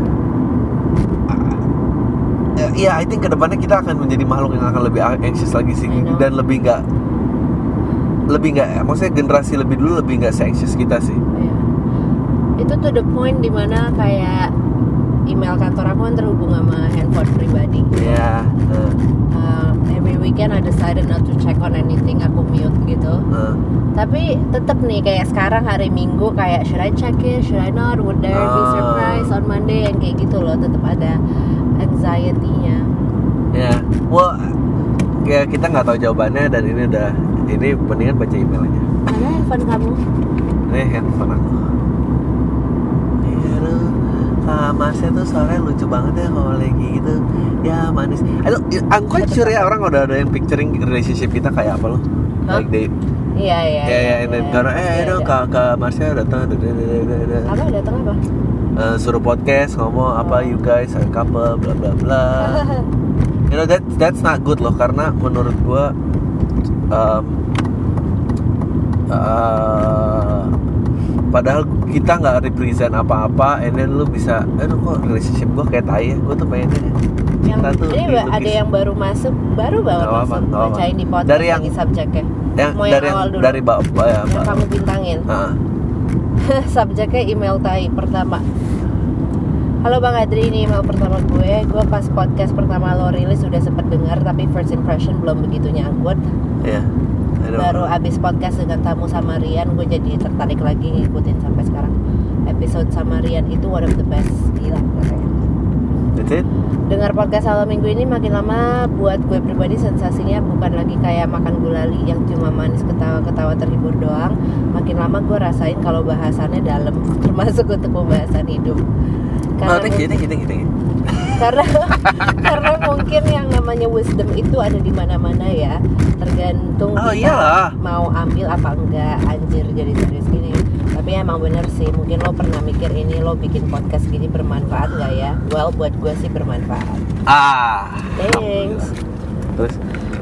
Ya, I think kedepannya kita akan menjadi makhluk yang akan lebih anxious lagi sih dan lebih nggak, lebih nggak, maksudnya generasi lebih dulu lebih nggak se-anxious kita sih. Yeah. Itu to the point dimana kayak email kantor aku kan terhubung sama handphone pribadi. Iya. Yeah. Uh. Uh, every weekend I decided not to check on anything, aku mute gitu. Uh. Tapi tetap nih kayak sekarang hari Minggu kayak should I check it, should I not, would there uh. be surprise on Monday yang kayak gitu loh, tetap ada anxiety-nya. Ya, yeah. well, ya kita nggak tahu jawabannya dan ini udah, ini mendingan baca email aja. Mana handphone kamu? Ini handphone aku. Iya tuh, Kak Masnya tuh soalnya lucu banget ya kalau lagi gitu. Ya manis. Aduh, I'm quite sure ya orang udah ada yang picturing relationship kita kayak apa loh. Huh? Like they. Iya iya. Ya ya, dan karena eh itu Kak Kak Masnya datang. Apa datang apa? Uh, suruh podcast ngomong apa you guys are couple bla bla bla. You know that that's not good loh karena menurut gua um, uh, padahal kita nggak represent apa-apa and then lu bisa aduh kok relationship gua kayak tai ya. Gua tuh pengennya yang ini dilukis. Ada yang baru masuk baru bawa gak masuk apa, bacain di podcast dari yang subjeknya yang, mau dari yang awal dulu dari bawah ya, yang kamu bintangin. Uh. Subjeknya email tai pertama. Halo Bang Adri, ini email pertama gue. Gue pas podcast pertama lo rilis udah sempet dengar, tapi first impression belum begitu nyangkut. Iya. Yeah, baru abis podcast dengan tamu sama Rian, gue jadi tertarik lagi ngikutin sampai sekarang. Episode sama Rian itu one of the best, gila katanya. That's it? Dengar podcast awal minggu ini makin lama buat gue pribadi sensasinya bukan lagi kayak makan gulali yang cuma manis ketawa-ketawa terhibur doang. Makin lama gue rasain kalau bahasannya dalam, termasuk untuk pembahasan hidup. Karena oh, thank you, thank you, thank you, thank you. Karena karena mungkin yang namanya wisdom itu ada di mana-mana ya. Tergantung oh, kita iyalah. mau ambil apa enggak. Anjir jadi serius gini. Tapi emang bener sih, mungkin lo pernah mikir ini lo bikin podcast gini bermanfaat nggak ya? Well, buat gue sih bermanfaat. Ah. Thanks. Terus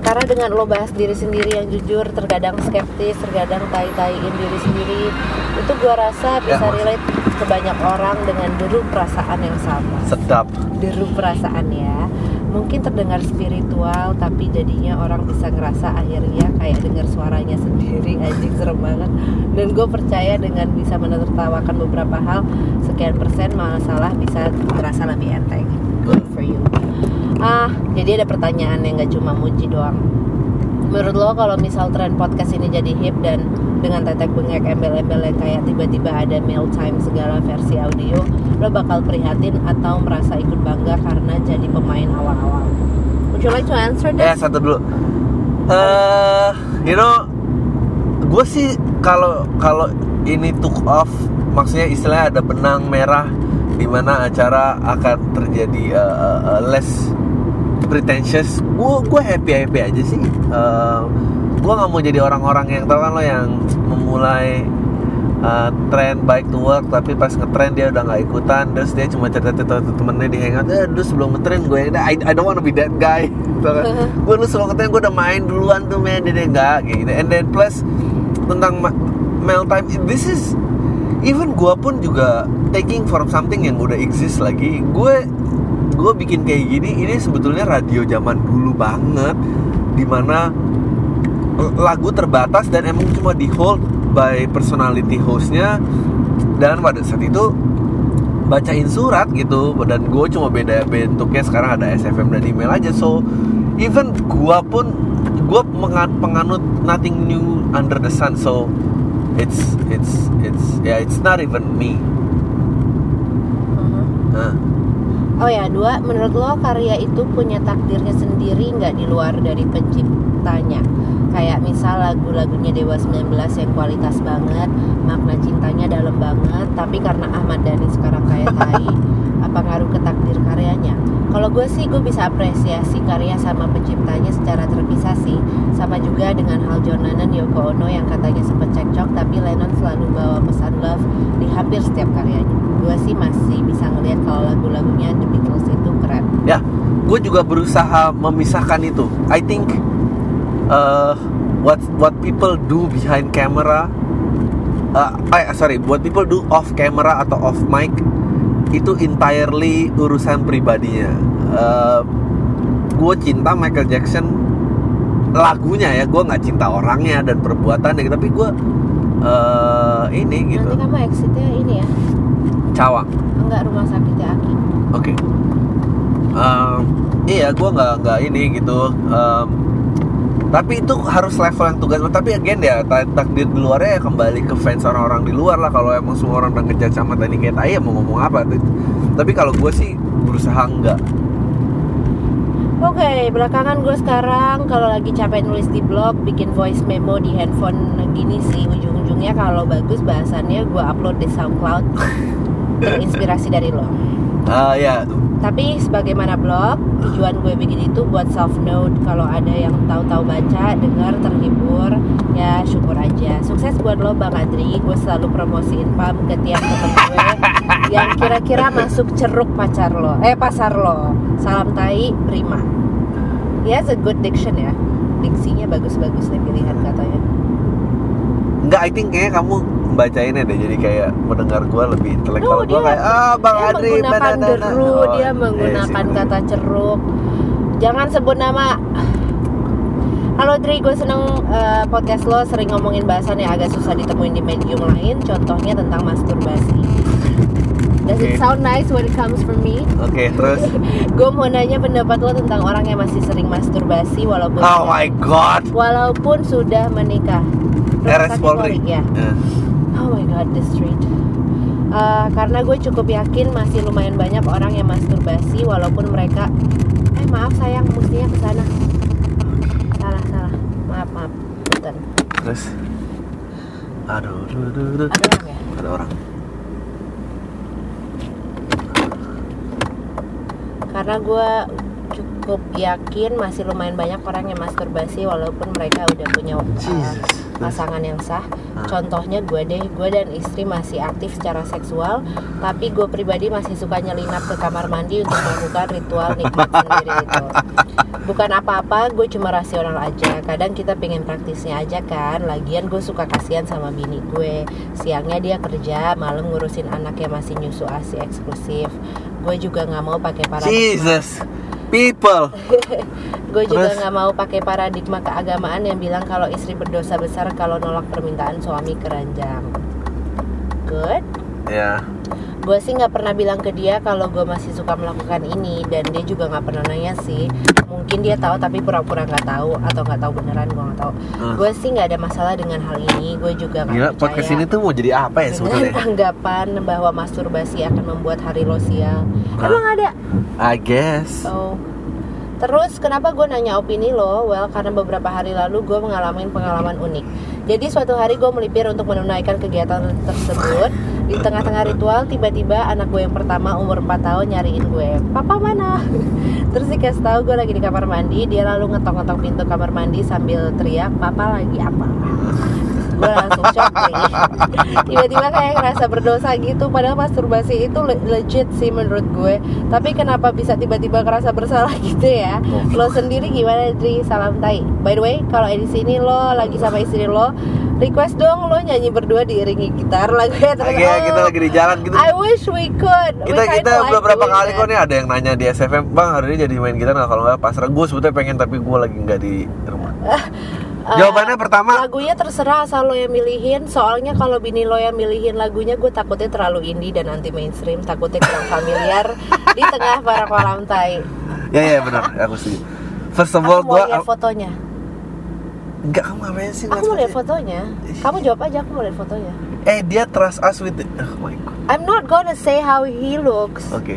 Karena dengan lo bahas diri sendiri yang jujur, terkadang skeptis, terkadang tai-taiin diri sendiri, itu gue rasa bisa Ya, relate ke banyak orang dengan deru perasaan yang sama. Sedap. Deru perasaan ya, mungkin terdengar spiritual, tapi jadinya orang bisa ngerasa akhirnya kayak dengar suaranya sendiri. Anjing, serem banget. Dan gue percaya dengan bisa menertawakan beberapa hal, sekian persen masalah bisa terasa lebih enteng. Good for you. Ah, jadi ada pertanyaan yang gak cuma muji doang. Menurut lo kalau misal tren podcast ini jadi hip dan dengan tetek bengek embel-embel yang kayak tiba-tiba ada mail time segala versi audio, lo bakal prihatin atau merasa ikut bangga karena jadi pemain awal-awal? Would you like to answer Eh that? satu dulu. Uh, you know, gue sih kalau kalau ini took off, maksudnya istilahnya ada benang merah di mana acara akan terjadi uh, uh, uh, less pretentious. Gue gue happy happy aja sih. Uh, gue nggak mau jadi orang-orang yang tau kan lo yang memulai uh, tren bike to work tapi pas ngetren dia udah nggak ikutan, terus dia cuma cerita-cerita temennya di hangout, eh dulu sebelum ngetren gue I, I don't wanna be that guy. Gue dulu sebelum ngetren gue udah main duluan tuh men, dia nggak kayak gitu. And then plus tentang ma- mail time, this is even gue pun juga taking from something yang udah exist lagi. Gue gue bikin kayak gini, ini sebetulnya radio zaman dulu banget, dimana lagu terbatas dan emang cuma di hold by personality hostnya, dan pada saat itu bacain surat gitu, dan gue cuma beda bentuknya. Sekarang ada S F M dan email aja. So even gue pun gue penganut nothing new under the sun. So it's it's it's ya yeah, it's not even me. Uh-huh. Nah. Oh ya, dua, menurut lo karya itu punya takdirnya sendiri nggak di luar dari penciptanya? Kayak misal lagu-lagunya Dewa sembilan belas yang kualitas banget, makna cintanya dalam banget, tapi karena Ahmad Dhani sekarang kayak tai, apa ngaruh ke takdir karyanya? Kalau gue sih, gue bisa apresiasi karya sama penciptanya secara terpisah sih. Sama juga dengan hal John Lennon, Yoko Ono yang katanya sempat cekcok, tapi Lennon selalu bawa pesan love di hampir setiap karyanya. Gue sih masih bisa ngelihat kalau lagu-lagunya The Beatles itu keren. Ya, gue juga berusaha memisahkan itu. I think uh, what what people do behind camera, uh, eh, sorry, what people do off camera atau off mic itu entirely urusan pribadinya. Uh, gue cinta Michael Jackson lagunya ya, gue nggak cinta orangnya dan perbuatannya, tapi gue uh, ini gitu. Nanti kamu exitnya ini ya? Cawang. Enggak, rumah sakitnya Aki. Oke. Okay. Um, iya, gue nggak nggak ini gitu. Um, tapi itu harus level yang tugas. Tapi again ya, takdir di luarnya ya kembali ke fans orang-orang di luar lah. Kalau emang semua orang udah ngejudge sama Tani kayak tai, ya mau ngomong apa? Tapi kalau gue sih berusaha enggak. Oke, okay, belakangan gue sekarang kalau lagi capek nulis di blog, bikin voice memo di handphone gini sih. Ujung-ujungnya kalau bagus bahasannya gue upload di SoundCloud. Inspirasi dari lo. Ah uh, ya. Tapi sebagaimana blog, tujuan gue bikin itu buat self note. Kalau ada yang tahu-tahu baca, dengar, terhibur, ya syukur aja. Sukses buat lo Bang Adri. Gue selalu promosiin pub ke tiap temen gue yang kira-kira masuk ceruk pacar lo, eh pasar lo. Salam tai, Prima. He has a good diction ya. Diksinya bagus-bagus nih pilihan katanya. Enggak, I think kayaknya kamu bacainnya deh, jadi kayak mendengar gue lebih intelektual. Oh, Gue kayak ah Bang dia Adri menggunakan banana. deru, Oh, dia menggunakan yes, kata ceruk. Jangan sebut nama. Halo Dri, gue seneng uh, podcast lo sering ngomongin bahasan yang agak susah ditemuin di medium lain. Contohnya tentang masturbasi. Does okay. it sound nice when it comes from me? Oke, okay, terus gue mau nanya pendapat lo tentang orang yang masih sering masturbasi walaupun oh my god, walaupun sudah menikah. R S Polri ya. Yeah. Oh my god, this street. Uh, karena gue cukup yakin masih lumayan banyak orang yang masturbasi walaupun mereka eh maaf sayang mestinya ke sana. Salah salah. Maaf maaf. Bentar. Terus aduh, aduh, aduh, aduh. Ada orang ya? Ada orang. Karena gue cukup yakin masih lumayan banyak orang yang masturbasi walaupun mereka udah punya uh, pasangan yang sah. Contohnya gue deh, gue dan istri masih aktif secara seksual, tapi gue pribadi masih suka nyelinap ke kamar mandi untuk melakukan ritual nikmat sendiri itu. Bukan apa-apa, gue cuma rasional aja. Kadang kita pengen praktisnya aja kan. Lagian gue suka kasihan sama bini gue. Siangnya dia kerja, malam ngurusin anaknya masih nyusu ASI eksklusif. Gue juga nggak mau pakai paradigma. Jesus, people. Gue juga Terus? nggak mau pakai paradigma keagamaan yang bilang kalau istri berdosa besar kalau nolak permintaan suami keranjang. Good. Ya. Gue sih nggak pernah bilang ke dia kalau gue masih suka melakukan ini, dan dia juga nggak pernah nanya sih. Mungkin dia tahu tapi pura-pura nggak tahu atau nggak tahu beneran, gue nggak tahu. Uh. Gue sih nggak ada masalah dengan hal ini. Gue juga nggak Gila, percaya podcast ini tuh mau jadi apa ya dengan sebetulnya? anggapan bahwa masturbasi akan membuat hari lo sial. Hah? Emang ada? I guess. Oh. Terus kenapa gue nanya opini lo? Well, karena beberapa hari lalu gue mengalami pengalaman unik. Jadi suatu hari gue melipir untuk menunaikan kegiatan tersebut. Di tengah-tengah ritual, tiba-tiba anak gue yang pertama umur empat tahun nyariin gue. Papa mana? Terus dikasih tahu gue lagi di kamar mandi. Dia lalu ngetok-ngetok pintu kamar mandi sambil teriak, "Papa lagi apa?" Gue langsung shock nih. Tiba-tiba kayak ngerasa berdosa gitu. Padahal masturbasi itu le- legit sih menurut gue. Tapi kenapa bisa tiba-tiba ngerasa bersalah gitu ya? Lo sendiri gimana, Dri? Salam tai. By the way, kalau di sini lo lagi sama istri lo, request dong lo nyanyi berdua diiringi gitar lagunya terus. Lagi kita lagi di jalan gitu. I wish we could. We Kita kinda kita like beberapa doing kali that. kok nih ada yang nanya di S F M, "Bang, hari ini jadi main gitar nggak?" Kalau nggak pasrah. Gue sebetulnya pengen tapi gue lagi nggak di rumah. Uh, Jawabannya pertama, lagunya terserah asal lo yang milihin. Soalnya kalau bini lo yang milihin lagunya, gue takutnya terlalu indie dan anti mainstream. Takutnya kurang familiar di tengah para kolam tai. ya ya benar, aku setuju. First of Aku all, mau gue lihat fotonya. enggak, kamu ngapain sih? Aku mau lihat fotonya. Kamu jawab aja, aku mau lihat fotonya. Eh, dia trust us with it. Oh my god. I'm not gonna say how he looks. Oke.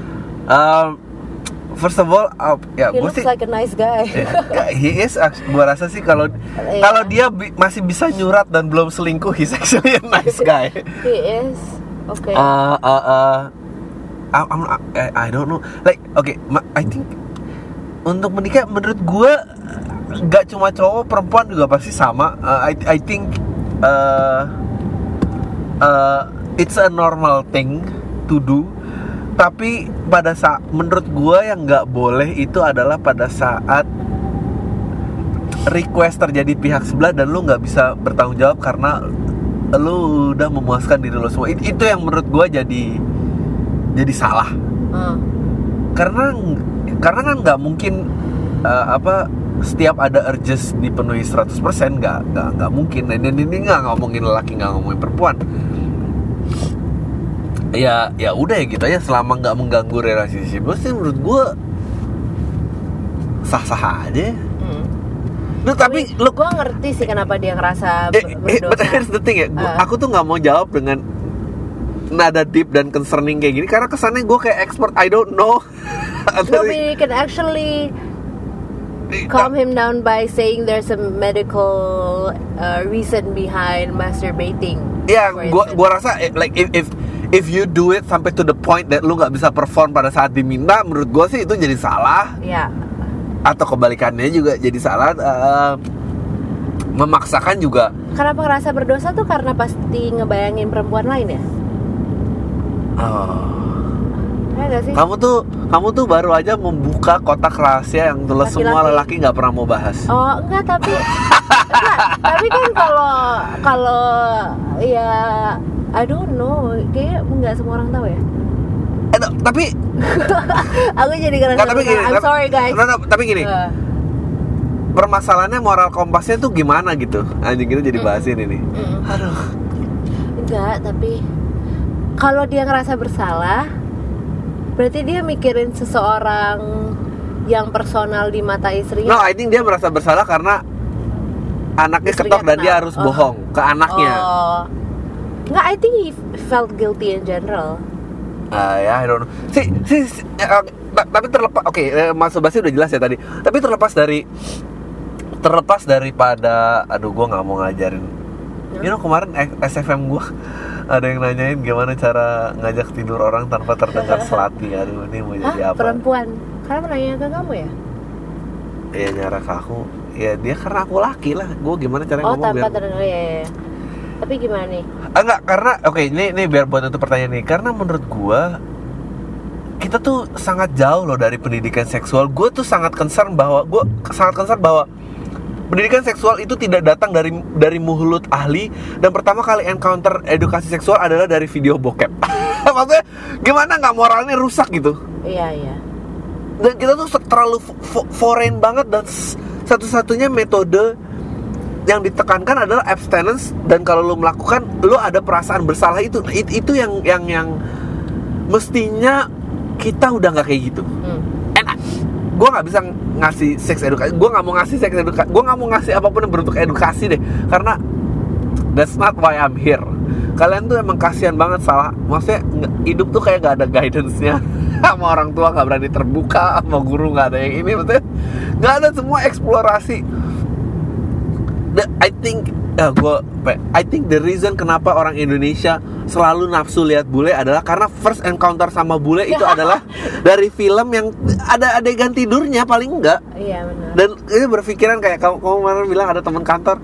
Um, first of all, uh, ya He gue looks sih, like a nice guy. ya, he is. Gue rasa sih kalau Iya. kalau dia bi- masih bisa nyurat dan belum selingkuh, he's actually a nice guy. He is. Oke. Uh, uh, uh, I'm, I'm, I, I don't know. Like, okay, ma- I think untuk menikah menurut gue nggak cuma cowok, perempuan juga pasti sama. Uh, I, I think uh, uh, it's a normal thing to do. Tapi pada saat menurut gue yang nggak boleh itu adalah pada saat request terjadi pihak sebelah dan lu nggak bisa bertanggung jawab karena lu udah memuaskan diri lu semua. It, itu yang menurut gue jadi jadi salah. Uh. Karena karena kan nggak mungkin uh, apa setiap ada urges dipenuhi seratus persen, nggak nggak nggak mungkin. Dan ini nggak ngomongin lelaki, nggak ngomongin perempuan. Ya ya udah ya gitu aja, selama nggak mengganggu relationship lu sih menurut gue sah-sah aja. Hmm. Lu tapi lu Gue ngerti sih kenapa dia ngerasa eh, ber- eh, but berdosa. here's the thing ya, gua, Uh. aku tuh nggak mau jawab dengan nada deep dan concerning kayak gini karena kesannya gue kayak expert, I don't know. No, but you can actually calm him down by saying there's a medical uh, reason behind masturbating. Ya, for gua instance. gua rasa eh, like if if if you do it sampai to the point that lu nggak bisa perform pada saat diminta, menurut gua sih itu jadi salah. Ya. Atau kebalikannya juga jadi salah. Uh, memaksakan juga. Kenapa ngerasa berdosa tuh karena pasti ngebayangin perempuan lain ya? Oh. Ya gak sih? Kamu tuh kamu tuh baru aja membuka kotak rahasia yang tulis semua Laki-laki. lelaki nggak pernah mau bahas. Oh enggak, tapi enggak, tapi kan kalau kalau ya I don't know, kayaknya nggak semua orang tahu ya. Eh, no, tapi Aku jadi ngerasa nggak, tapi gini, I'm tapi- sorry guys. no, no, tapi gini, Uh, permasalahannya moral kompasnya tuh gimana gitu? Anjing kita jadi bahasin ini. mm. Aduh. Enggak, tapi kalau dia ngerasa bersalah, berarti dia mikirin seseorang yang personal di mata No, istrinya. I think dia merasa bersalah karena anaknya Istrinya ketok dan dia kenal. harus Oh. bohong ke anaknya. Oh. Enggak, I think he felt guilty in general. Ah ya, I don't know. Si, si, si eh, eh, ta- tapi terlepas, oke, okay, Mas Subasi udah jelas ya tadi. Tapi terlepas dari, terlepas daripada, aduh, gue nggak mau ngajarin. You know kemarin S F M gue ada yang nanyain gimana cara ngajak tidur orang tanpa terdengar selati. Aduh, ini mau jadi Hah? apa? Perempuan? Karena menanya ke kamu ya? Ya nyara ke aku. Ya dia karena aku laki lah. Gue gimana caranya Oh, ngomong tanpa biar. terdengar ya, ya, ya. Tapi gimana nih? Ah, enggak, karena oke, ini ini biar buat untuk pertanyaan nih. Karena menurut gua kita tuh sangat jauh loh dari pendidikan seksual. Gue tuh sangat concern bahwa gue sangat concern bahwa pendidikan seksual itu tidak datang dari dari mulut ahli, dan pertama kali encounter edukasi seksual adalah dari video bokep. Maksudnya gimana nggak moralnya rusak gitu? Iya iya. Dan kita tuh terlalu fo- foreign banget, dan satu-satunya metode yang ditekankan adalah abstinence, dan kalau lo melakukan lo ada perasaan bersalah itu. It, itu yang yang yang mestinya kita udah nggak kayak gitu. Hmm. Gue nggak bisa ngasih seks edukasi, gue nggak mau ngasih seks edukasi, gue nggak mau ngasih apapun yang bentuk edukasi deh, karena that's not why I'm here. Kalian tuh emang kasihan banget, salah, maksudnya hidup tuh kayak gak ada guidance-nya. Sama orang tua nggak berani terbuka, sama guru nggak ada yang ini, maksudnya nggak ada semua eksplorasi. The, I think, ya gue, I think the reason kenapa orang Indonesia selalu nafsu lihat bule adalah karena first encounter sama bule itu adalah dari film yang ada adegan tidurnya paling enggak. Iya benar. Dan ini berpikiran kayak kamu kamu kemarin bilang ada teman kantor,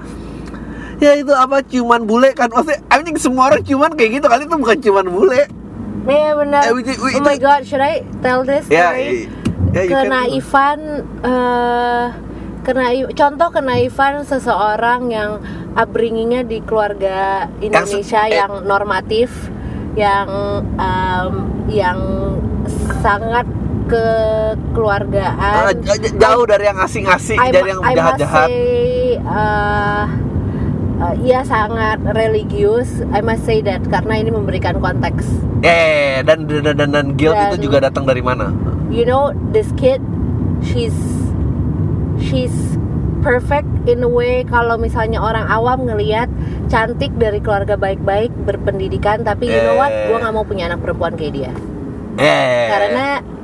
ya itu apa ciuman bule kan? Maksudnya, I think semua orang ciuman kayak gitu kali, itu bukan ciuman bule. Iya benar. Eh, itu, itu, oh my god, should I tell this story? Ya, ya, you can- Kenaifan, uh, kenai- contoh kenaifan seseorang yang upbringingnya di keluarga Indonesia Yang se- eh. yang normatif, yang um, yang sangat kekeluargaan. Ah, j- jauh dari yang ngasih-ngasih, I, dari yang I must jahat-jahat. say, uh, uh, ia sangat religius. I must say that karena ini memberikan konteks. Eh, dan dan dan, dan guilt Dan- itu juga datang dari mana? You know, this kid, she's she's perfect in a way. Kalau misalnya orang awam ngelihat cantik dari keluarga baik-baik, berpendidikan, tapi you know what, Eh. gue nggak mau punya anak perempuan kayak dia. Eh, Karena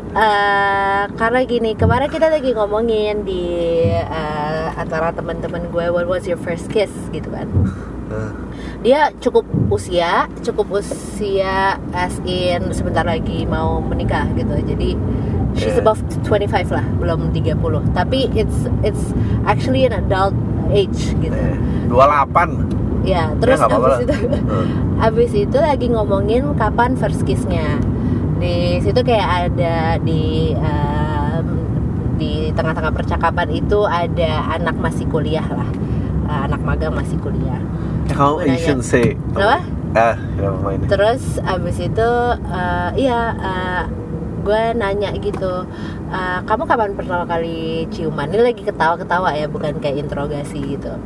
uh, karena gini, kemarin kita lagi ngomongin di uh, antara teman-teman gue, what was your first kiss gitu kan. eh, Dia cukup usia, cukup usia as in sebentar lagi mau menikah gitu. Jadi she's Yeah. above twenty-five lah, belum tiga puluh. Tapi it's it's actually an adult age gitu. eh, dua puluh delapan. Ya, terus Ya, nggak apa-apa abis lah. itu Hmm. abis itu lagi ngomongin kapan first kiss-nya. Di situ kayak ada di um, di tengah-tengah percakapan itu ada anak masih kuliah lah, uh, anak magang masih kuliah. Eh, kamu Gue nanya. you shouldn't say. Kenapa? Ah, kenapa main? Terus abis itu uh, iya uh, gue nanya gitu, uh, kamu kapan pertama kali ciuman? Ini lagi ketawa-ketawa ya, bukan kayak interogasi gitu.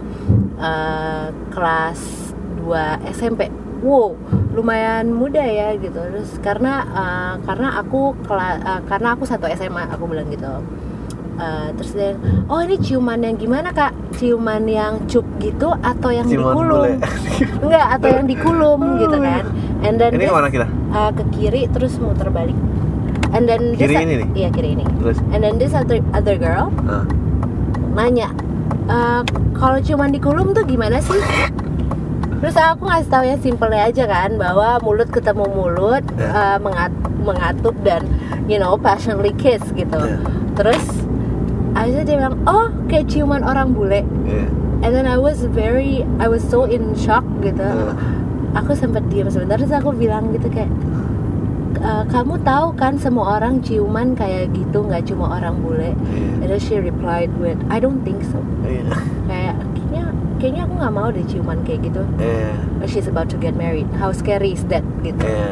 Uh, kelas dua S M P. Wow, lumayan muda ya gitu. Terus karena uh, karena aku kela- uh, karena aku satu S M A, aku bilang gitu. Uh, terus dia, oh ini ciuman yang gimana kak? Ciuman yang cup gitu atau yang Ciuman dikulum? bule. Enggak, atau yang dikulum gitu kan. And then Ini this, kemana kita? uh, ke kiri terus muter balik. And then Kiri this, ini nih? Iya kiri ini. Terus? And then this other other girl Ah. nanya, uh, kalau ciuman dikulum tuh gimana sih? Terus aku ngasih tahu ya simpelnya aja kan, bahwa mulut ketemu mulut, Yeah. uh, mengat- mengatup dan you know passionately kiss gitu. Yeah. Terus akhirnya dia bilang, oh kayak ciuman orang bule. Yeah. And then I was very, I was so in shock gitu. Yeah. Aku sempat diam sebentar, terus aku bilang gitu kayak, "E, kamu tahu kan semua orang ciuman kayak gitu, nggak cuma orang bule." Yeah. And then she replied with, I don't think so. Yeah. Kayak kayaknya, kayaknya aku nggak mau deh ciuman kayak gitu. Yeah. But she's about to get married. How scary is that gitu? Ya,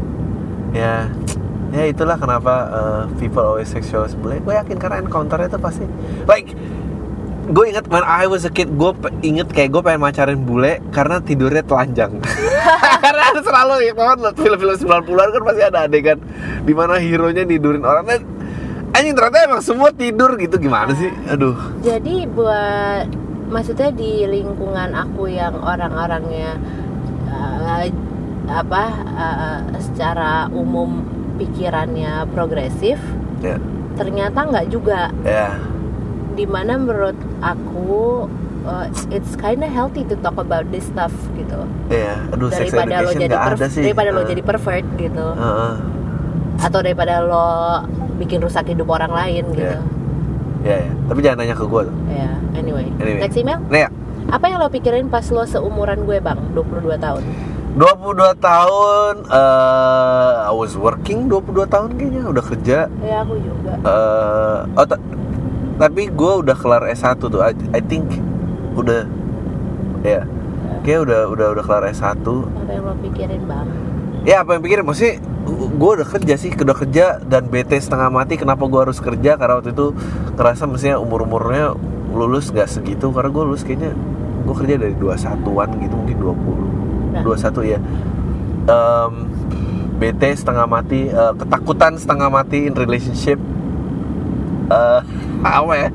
ya, ya itulah kenapa uh, people always sexual bule. Gue yakin karena encounter-nya itu pasti, like, gue inget when I was a kid, gue pe- inget kayak gue pengen macarin bule karena tidurnya telanjang. Karena ada selalu ya banget film-film sembilan puluhan kan pasti ada adegan dimana hero-nya tidurin orang. Dan anjing ternyata emang semua tidur gitu, gimana sih? Aduh. Jadi buat, maksudnya di lingkungan aku yang orang-orangnya uh, apa uh, secara umum pikirannya progresif, Ya, ternyata nggak juga. ya, Dimana menurut aku uh, it's kinda healthy to talk about this stuff gitu, ya. Aduh, sex daripada lo education jadi nggak perv- ada sih. daripada lo Uh, jadi pervert gitu, uh, uh. atau daripada lo bikin rusak hidup orang lain gitu. Ya. Ya, ya. Tapi jangan nanya ke gue tuh. Ya, anyway. Anyway. Next email. Nih ya. Apa yang lo pikirin pas lo seumuran gue bang, dua puluh dua tahun? dua puluh dua tahun, uh, I was working dua puluh dua tahun kayaknya, udah kerja. Ya aku juga. Uh, oh, ta- tapi gue udah kelar S satu tuh, I, I think udah, ya, yeah. Kayak udah udah udah kelar S satu. Apa yang lo pikirin bang? Ya apa yang pikirin, maksudnya gue udah kerja sih, udah kerja dan bete setengah mati. Kenapa gue harus kerja? Karena waktu itu ngerasa mestinya umur-umurnya lulus gak segitu. Karena gue lulus kayaknya, gue kerja dari dua puluh satuan gitu, mungkin dua puluh. dua puluh satu ya. um, Bete setengah mati, uh, ketakutan setengah mati in relationship. uh, Apa ya,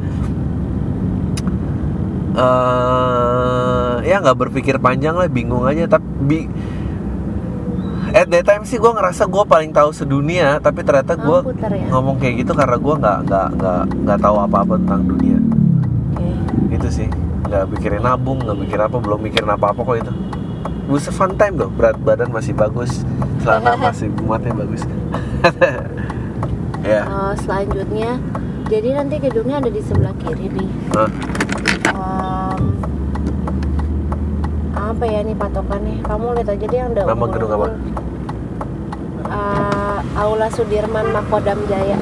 uh, ya gak berpikir panjang lah, bingung aja. Tapi at that time sih gue ngerasa gue paling tahu sedunia. Tapi ternyata gue oh, ya? ngomong kayak gitu karena gue gak, gak, gak, gak tahu apa-apa tentang dunia. Okay. Gitu sih, gak mikirin nabung, gak mikir apa, belum mikirin apa-apa kok itu. It was a fun time though, berat badan masih bagus, celana masih muatnya bagus. Ya. Uh, selanjutnya, jadi nanti gedungnya ada di sebelah kiri nih. Huh? Um, apa ya nih patokannya? Kamu lihat aja deh yang udah. Nama gedung apa? Uh, Aula Sudirman Makodam Jaya.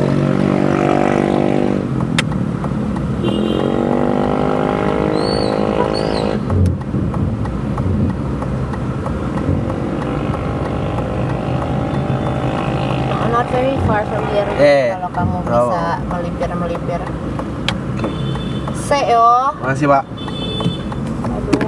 Not very far from here. Eh, kalau kamu oh. bisa melipir-melipir. Seo. Makasih Pak. Aduh.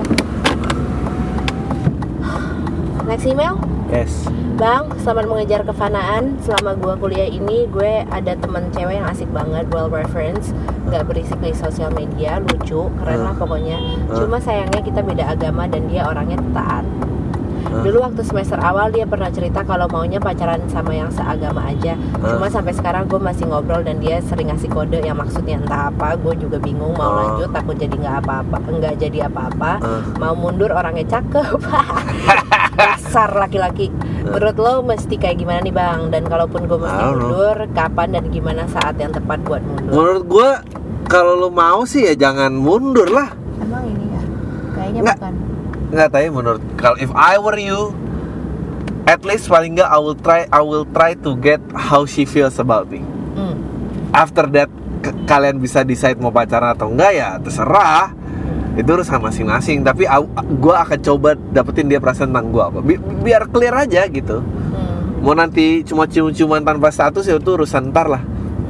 Next email? Yes. Bang, selamat mengejar kefanaan. Selama gue kuliah ini, gue ada temen cewek yang asik banget, well reference, nggak berisik di sosial media, lucu, keren lah pokoknya. Cuma sayangnya kita beda agama dan dia orangnya taat. Dulu waktu semester awal dia pernah cerita kalau maunya pacaran sama yang seagama aja. Cuma sampai sekarang gue masih ngobrol dan dia sering ngasih kode yang maksudnya entah apa. Gue juga bingung mau lanjut, takut jadi nggak apa-apa, nggak jadi apa-apa. Mau mundur orangnya cakep. Dasar laki-laki. Menurut lo mesti kayak gimana nih bang? Dan kalaupun gue mesti mundur, kapan dan gimana saat yang tepat buat mundur? Menurut gue kalau lo mau sih ya jangan mundur lah. Emang ini ya? Kayaknya Nggak. bukan. Nggak, tapi menurut kalau if I were you, at least paling nggak I will try I will try to get how she feels about me. Hmm. After that k- kalian bisa decide mau pacaran atau enggak ya terserah. Itu urusan masing-masing. Tapi gue akan coba dapetin dia perasaan tentang gue apa. Bi- biar clear aja gitu. Hmm. Mau nanti cuma cium-ciuman tanpa status ya itu urusan ntar lah.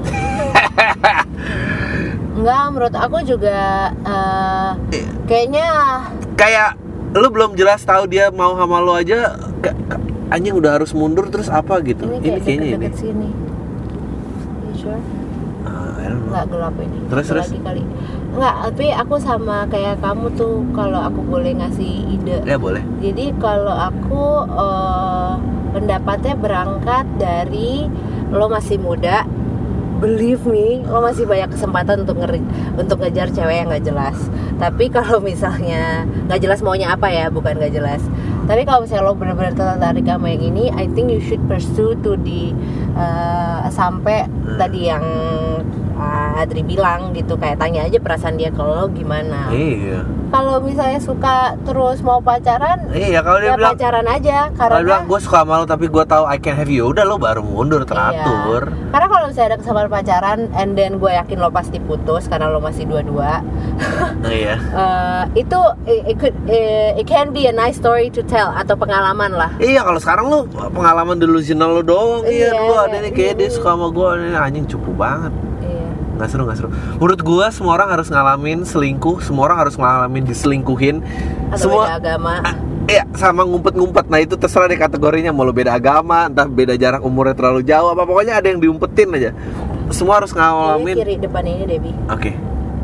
Enggak, menurut aku juga uh, kayaknya Kayak lu belum jelas tahu dia mau sama lo aja, ke, ke, anjing udah harus mundur terus apa gitu. ini, Ini kayak kayaknya ini. deket-deket sini. You sure? Uh, I don't know. Nggak gelap ini. Terus, Satu terus? lagi kali. Nggak, tapi aku sama kayak kamu tuh kalau aku boleh ngasih ide. Ya boleh. Jadi kalau aku uh, pendapatnya berangkat dari lo masih muda, believe me, lo masih banyak kesempatan untuk ngeri, untuk ngejar cewek yang nggak jelas. Tapi kalau misalnya nggak jelas maunya apa ya, bukan nggak jelas. Tapi kalau misalnya lo benar-benar tertarik sama yang ini, I think you should pursue to di uh, sampai hmm. tadi yang uh, Adri bilang gitu, kayak tanya aja perasaan dia ke lo gimana. Iya. Kalau misalnya suka terus mau pacaran, iya kalau dia ya bilang pacaran aja. Kalau Karena dia bilang gue suka sama lo tapi gue tahu I can have you, udah lo baru mundur teratur. Iya. Karena kalau misalnya ada kesempatan pacaran, and then gue yakin lo pasti putus karena lo masih dua-dua. Iya. uh, itu it, it could it, it can be a nice story to tell atau pengalaman lah. Iya kalau sekarang lo pengalaman delusional lo doang. Iya, Iya, gue ada nih kayak iya. dia suka sama gue, ini anjing cupu banget. Iya. Nggak seru, nggak seru. Menurut gue semua orang harus ngalamin selingkuh, semua orang harus ngalamin diselingkuhin. Atau semua beda agama. Ah, iya, sama ngumpet-ngumpet. Nah itu terserah deh kategorinya, mau lo beda agama, entah beda jarak umurnya terlalu jauh, apa pokoknya ada yang diumpetin aja. Semua harus ngalamin. Ini kiri depan ini Debbie. Oke. Okay.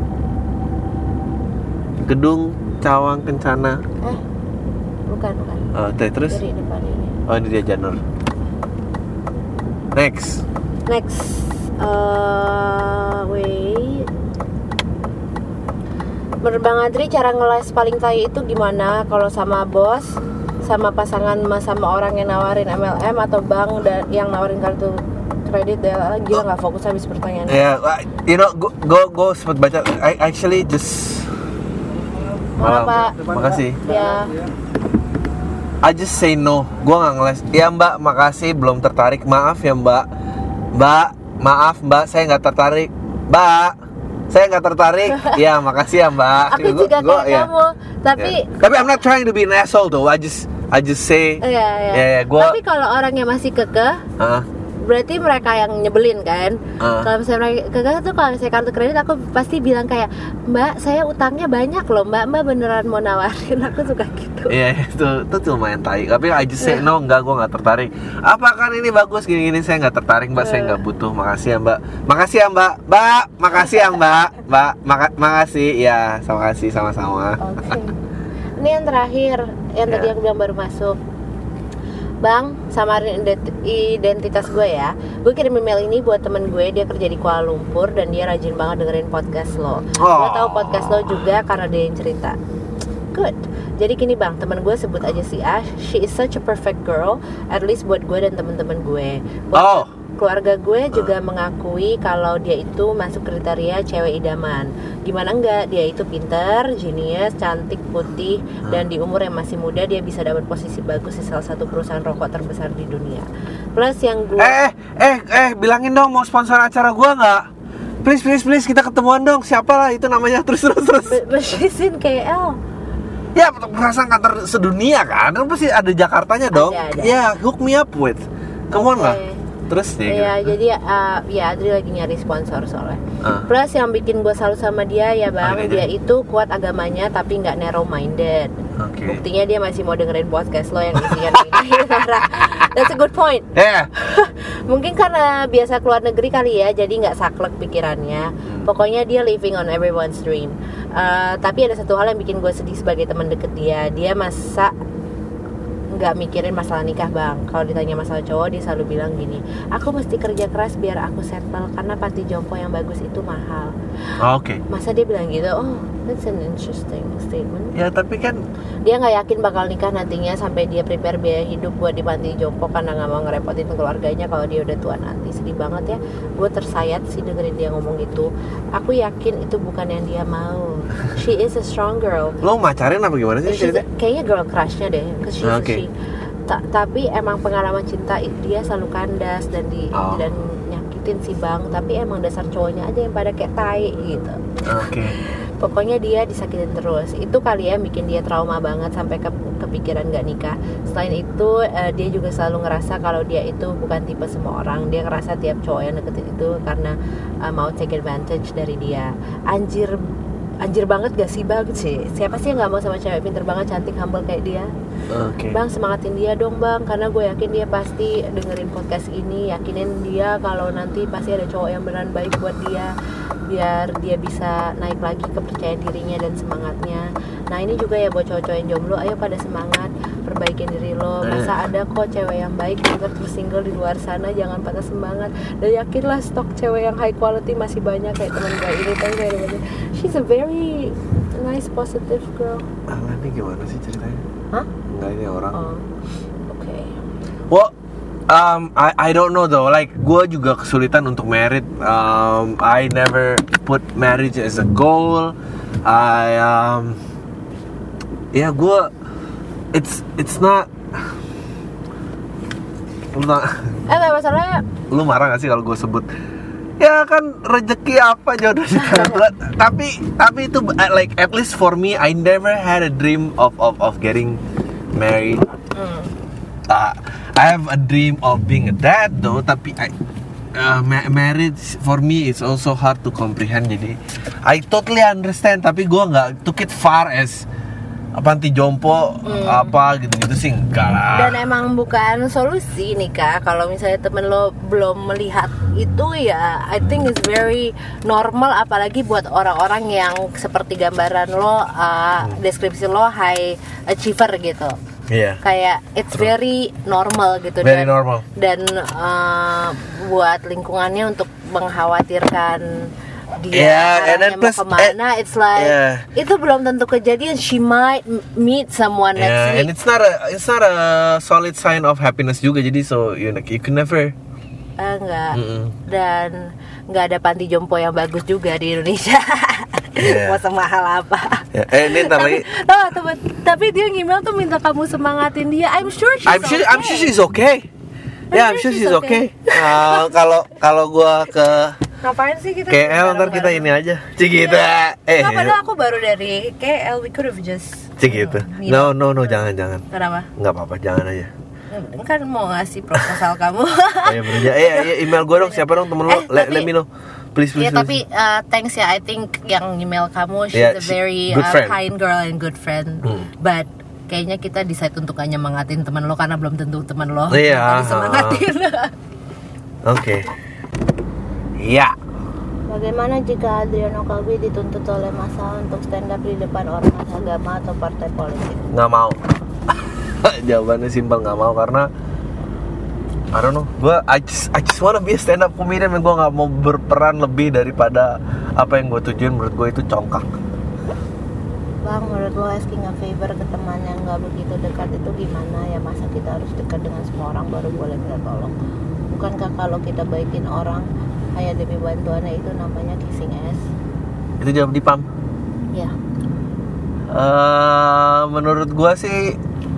Gedung Cawang Kencana. Eh, bukan bukan. Oh, terus? Kiri depan ini. Oh ini dia Janur. Next. Next. Uh, wait. Menurut Bang Adri, cara ngeles paling tai itu gimana? Kalau sama bos, sama pasangan, sama orang yang nawarin M L M atau bank dan yang nawarin kartu kredit, ya gila nggak fokus habis pertanyaannya. Ya, yeah, you know, go go, go sempat baca. I actually just. Maaf, Pak. Makasih. Ya. I just say no. Gue nggak ngeles. Ya mbak, makasih belum tertarik. Maaf ya mbak. Mbak, maaf mbak, saya nggak tertarik. Mbak, saya nggak tertarik. Ya makasih ya mbak. Aku Gua- juga gua- kayak ya. kamu. Tapi Ya. Tapi I'm not trying to be an asshole though. I just I just say. Iya, iya. Ya, ya, gua- Tapi kalau orangnya masih kekeh, Ah, berarti mereka yang nyebelin kan. Ah. Kalau misalnya mereka kekeh tuh, kalau misalnya kartu kredit aku pasti bilang kayak, Mbak, saya utangnya banyak loh Mbak, Mbak beneran mau nawarin. Aku suka gitu. Iya itu itu tuh lumayan tai. Tapi I just say no, enggak, gue nggak tertarik. Apa kan ini bagus gini-gini, saya nggak tertarik mbak, saya nggak butuh. Makasih ya mbak, makasih ya mbak, mbak, makasih ya mbak, mbak, maka- makasih ya, sama kasih sama-sama. Oke. Ini yang terakhir, yang tadi Ya. aku bilang baru masuk. Bang, samarin ident- identitas gue ya. Gue kirim email ini buat temen gue, dia kerja di Kuala Lumpur dan dia rajin banget dengerin podcast lo. Gue Oh. tahu podcast lo juga karena dia yang cerita. Good. Jadi gini bang, temen gue sebut aja si A. She is such a perfect girl, at least buat gue dan temen-temen gue. Buat Oh. keluarga gue juga mengakui kalau dia itu masuk kriteria cewek idaman. Gimana enggak, dia itu pinter, genius, cantik, putih, dan di umur yang masih muda dia bisa dapat posisi bagus di salah satu perusahaan rokok terbesar di dunia. Plus yang gue Eh, eh, eh, bilangin dong mau sponsor acara gua nggak? Please, please, please, kita ketemuan dong. Siapa lah itu namanya? Terus, terus, terus. Bersihin K L. Ya, perasaan kantor sedunia kan? Kan pasti ada Jakartanya dong. Ada, ada. Ya, hook me up with. Come on Oke. lah. Terus ya, Iya, gitu. jadi uh, ya Adri lagi nyari sponsor soalnya. Ah. Plus yang bikin gue salut sama dia ya bang, Oke, dia jadi. itu kuat agamanya tapi nggak narrow minded. Oke. Buktinya dia masih mau dengerin podcast lo yang isinya ini. That's a good point. Ya. Mungkin karena biasa keluar negeri kali ya, jadi nggak saklek pikirannya. Pokoknya dia living on everyone's dream. Uh, tapi ada satu hal yang bikin gue sedih sebagai teman deket dia. Dia masa nggak mikirin masalah nikah bang. Kalau ditanya masalah cowok, dia selalu bilang gini, aku mesti kerja keras biar aku settle karena panti jompo yang bagus itu mahal. Oke. Masa dia bilang gitu? Oh, that's an interesting statement. Ya, tapi kan Dia nggak yakin bakal nikah nantinya sampai dia prepare biaya hidup buat di panti jompo karena nggak mau ngerepotin keluarganya kalau dia udah tua nanti. Sedih banget ya. Gue tersayat sih dengerin dia ngomong itu. Aku yakin itu bukan yang dia mau. She is a strong girl. lo macarin apa gimana sih She's cerita? a- kayaknya girl crushnya deh, 'cause she's a Oke. she. Ta- tapi emang pengalaman cinta i- dia selalu kandas dan di Oh. dan nyakitin si bang. Tapi emang dasar cowoknya aja yang pada kayak tai gitu. Oke. Pokoknya dia disakitin terus. Itu kali ya bikin dia trauma banget sampai ke, kepikiran gak nikah. Selain itu eh, dia juga selalu ngerasa kalau dia itu bukan tipe semua orang. Dia ngerasa tiap cowok yang deketin itu karena eh, mau take advantage dari dia. Anjir, anjir banget gak sih bang sih? Siapa sih yang gak mau sama cewek pinter banget, cantik, humble kayak dia? Oke. Bang, semangatin dia dong bang, karena gue yakin dia pasti dengerin podcast ini. Yakinin dia kalau nanti pasti ada cowok yang beneran baik buat dia, biar dia bisa naik lagi kepercayaan dirinya dan semangatnya. Nah ini juga ya buat cowok-cowok yang jomblo, ayo pada semangat, perbaikin diri lo. Masa ada kok cewek yang baik juga terus single di luar sana, jangan patah semangat. Dan yakinlah stok cewek yang high quality masih banyak kayak teman gue ini. Tapi kayak temen- she's a very nice positive girl. Alah, ini gimana sih ceritanya? Hah? Enggak, ini orang. Oh, oke. Well, um, I I don't know though. Like, gue juga kesulitan untuk married. Um, I never put marriage as a goal. I um, ya gue, it's it's not. Lu, na- Eh nggak masalahnya. lu marah gak sih kalau gue sebut? Ya kan rezeki apa jodoh kita. tapi tapi itu uh, like at least for me, I never had a dream of of of getting married. Hmm. Uh, I have a dream of being a dad though, tapi I, uh, ma- marriage for me is also hard to comprehend. Jadi I totally understand, tapi gue nggak took it far as panti jompo apa gitu-gitu sih, enggak lah. Dan emang bukan solusi nikah. Kalau misalnya temen lo belum melihat itu ya, I think it's very normal. Apalagi buat orang-orang yang seperti gambaran lo, uh, deskripsi lo high achiever gitu. Iya. Kayak it's True. very normal gitu. Very dan, normal. Dan uh, buat lingkungannya untuk mengkhawatirkan dia Yeah, and arahnya then mau plus, kemana, eh, it's like yeah. itu belum tentu kejadian. She might m- meet someone next Yeah, week. and it's not a it's not a solid sign of happiness juga. Jadi so you know, you can never. Eh, enggak. Mm-mm. Dan nggak ada panti jompo yang bagus juga di Indonesia. Yeah. Mau semahal apa? Ya, eh ini ntar tapi, lagi. oh, tapi, tapi dia email tuh minta kamu semangatin dia. I'm sure she's I'm sure okay. I'm sure she's okay. Ya, yeah, I'm sure she's okay. Uh, Kalau kalau gua ke Ngapain sih kita? K L ntar kita ini aja. Cik gitu. Yeah. Eh. Nggak, padahal aku baru dari K L. We could have just. Cik gitu. No no no jangan jangan. Kenapa? Nggak apa-apa jangan aja. Kan mau ngasih proposal kamu. Ayo bekerja. Eh, eh email gue dong, siapa dong temen lo? Eh, let, tapi- let me know. Please please. Ya please. tapi uh, thanks ya, I think yang email kamu she's Yeah, a she- very good uh, friend. kind girl and good friend. Hmm. But kayaknya kita decide untuk hanya mengatin teman lo karena belum tentu teman lo Iya. bisa semangatin. Oke. Iya. Bagaimana jika Adriano Kalbi dituntut oleh massa untuk stand up di depan ormas agama atau partai politik? Nggak mau. Jawabannya simpel nggak mau karena I don't know. Gue I just I just wanna be a stand up comedian dan gue nggak mau berperan lebih daripada apa yang gue tujuin. Menurut gue itu congkak. Bang, menurut lo asking a favor ke teman yang nggak begitu dekat itu gimana ya? Masa kita harus dekat dengan semua orang baru boleh minta tolong? Bukankah kalau kita baikin orang hanya demi bantuannya itu namanya kissing ass? Itu jawab di P A M. Ya. Uh, menurut gue sih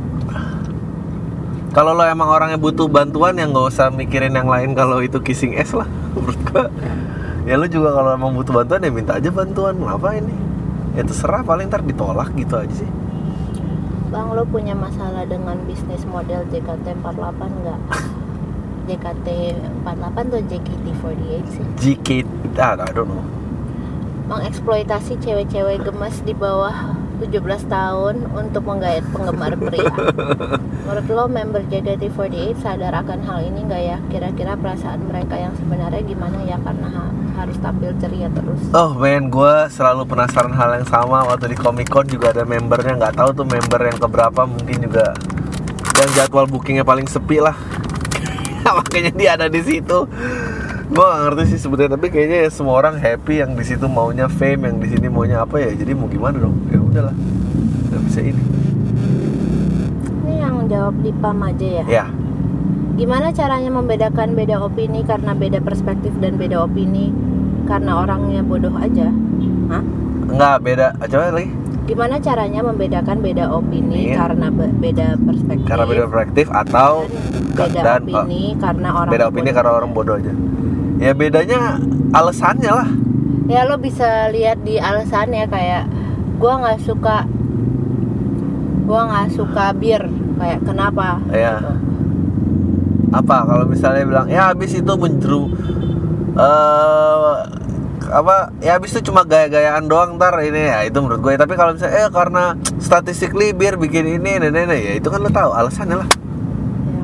kalau lo emang orangnya butuh bantuan ya nggak usah mikirin yang lain kalau itu kissing ass lah menurut gue. Ya lo juga kalau emang butuh bantuan ya minta aja bantuan. Apa ini? Ya terserah, paling ntar ditolak gitu aja sih. Bang, lo punya masalah dengan bisnis model J K T empat puluh delapan nggak? J K T empat puluh delapan atau J K T empat puluh delapan sih? J K T, ah, I don't know. Mengeksploitasi cewek-cewek gemes di bawah tujuh belas tahun untuk menggait penggemar pria. Menurut lo member J K T empat puluh delapan sadar akan hal ini nggak ya? Kira-kira perasaan mereka yang sebenarnya gimana ya? Karena ha- harus tampil ceria terus. Oh man, gue selalu penasaran hal yang sama. Waktu di Comic Con juga ada membernya, nggak tahu tuh member yang keberapa, mungkin juga yang jadwal bookingnya paling sepi lah. Makanya dia ada di situ. Gue gak ngerti sih sebetulnya, tapi kayaknya ya semua orang happy yang di situ maunya fame, yang di sini maunya apa ya. Jadi mau gimana dong? Ya udahlah, nggak bisa ini. Ini yang jawab di P A M aja ya. Ya, Gimana caranya membedakan beda opini karena beda perspektif dan beda opini karena orangnya bodoh aja? Hah? nggak beda. Coba lagi. Gimana caranya membedakan beda opini Iya. karena be- beda perspektif? Karena beda perspektif atau dan beda dan opini karena orang beda opini bodoh karena aja. orang bodoh aja. Ya bedanya alasannya lah. Ya lo bisa lihat di alasannya, kayak gua nggak suka gua nggak suka bir, kayak kenapa? Iya. Gitu. Apa kalau misalnya bilang ya habis itu menjeru eh apa ya habis itu cuma gaya-gayaan doang ntar ini ya, itu menurut gue. Tapi kalau misalnya eh karena statistically bir bikin ini nenek ya itu kan lo tahu alasannya lah. Ya.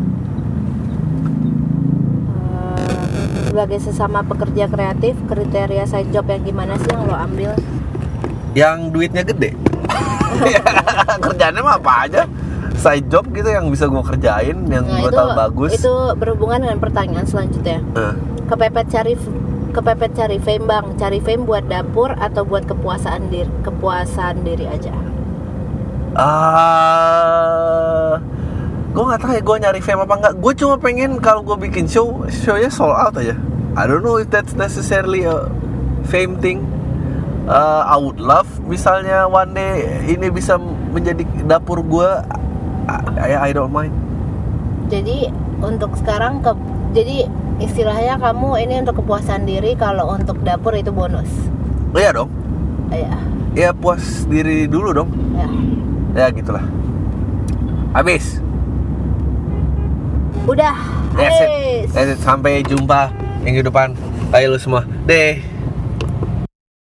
Eh, sebagai sesama pekerja kreatif, kriteria side job yang gimana sih yang lo ambil? Yang duitnya gede. Kerjaannya mah apa aja, side job gitu yang bisa gue kerjain, yang Nah, gue itu, tahu bagus. itu berhubungan dengan pertanyaan selanjutnya. Eh. Kepepet cari kepepet cari fame bang, cari fame buat dapur atau buat kepuasan diri, kepuasan diri aja? Ah, gue nggak tahu ya gue nyari fame apa enggak. Gue cuma pengen kalau gue bikin show, shownya sold out aja. I don't know if that's necessarily a fame thing. Uh, I would love misalnya one day ini bisa menjadi dapur gue. I, I don't mind. Jadi untuk sekarang ke, jadi istilahnya kamu ini untuk kepuasan diri, kalau untuk dapur itu bonus. Iya dong. Ya, Ya puas diri dulu dong. ya. Ya gitulah. Habis. Udah. That's it. Habis. That's it. Sampai jumpa minggu depan. Ayo lu semua. Deh.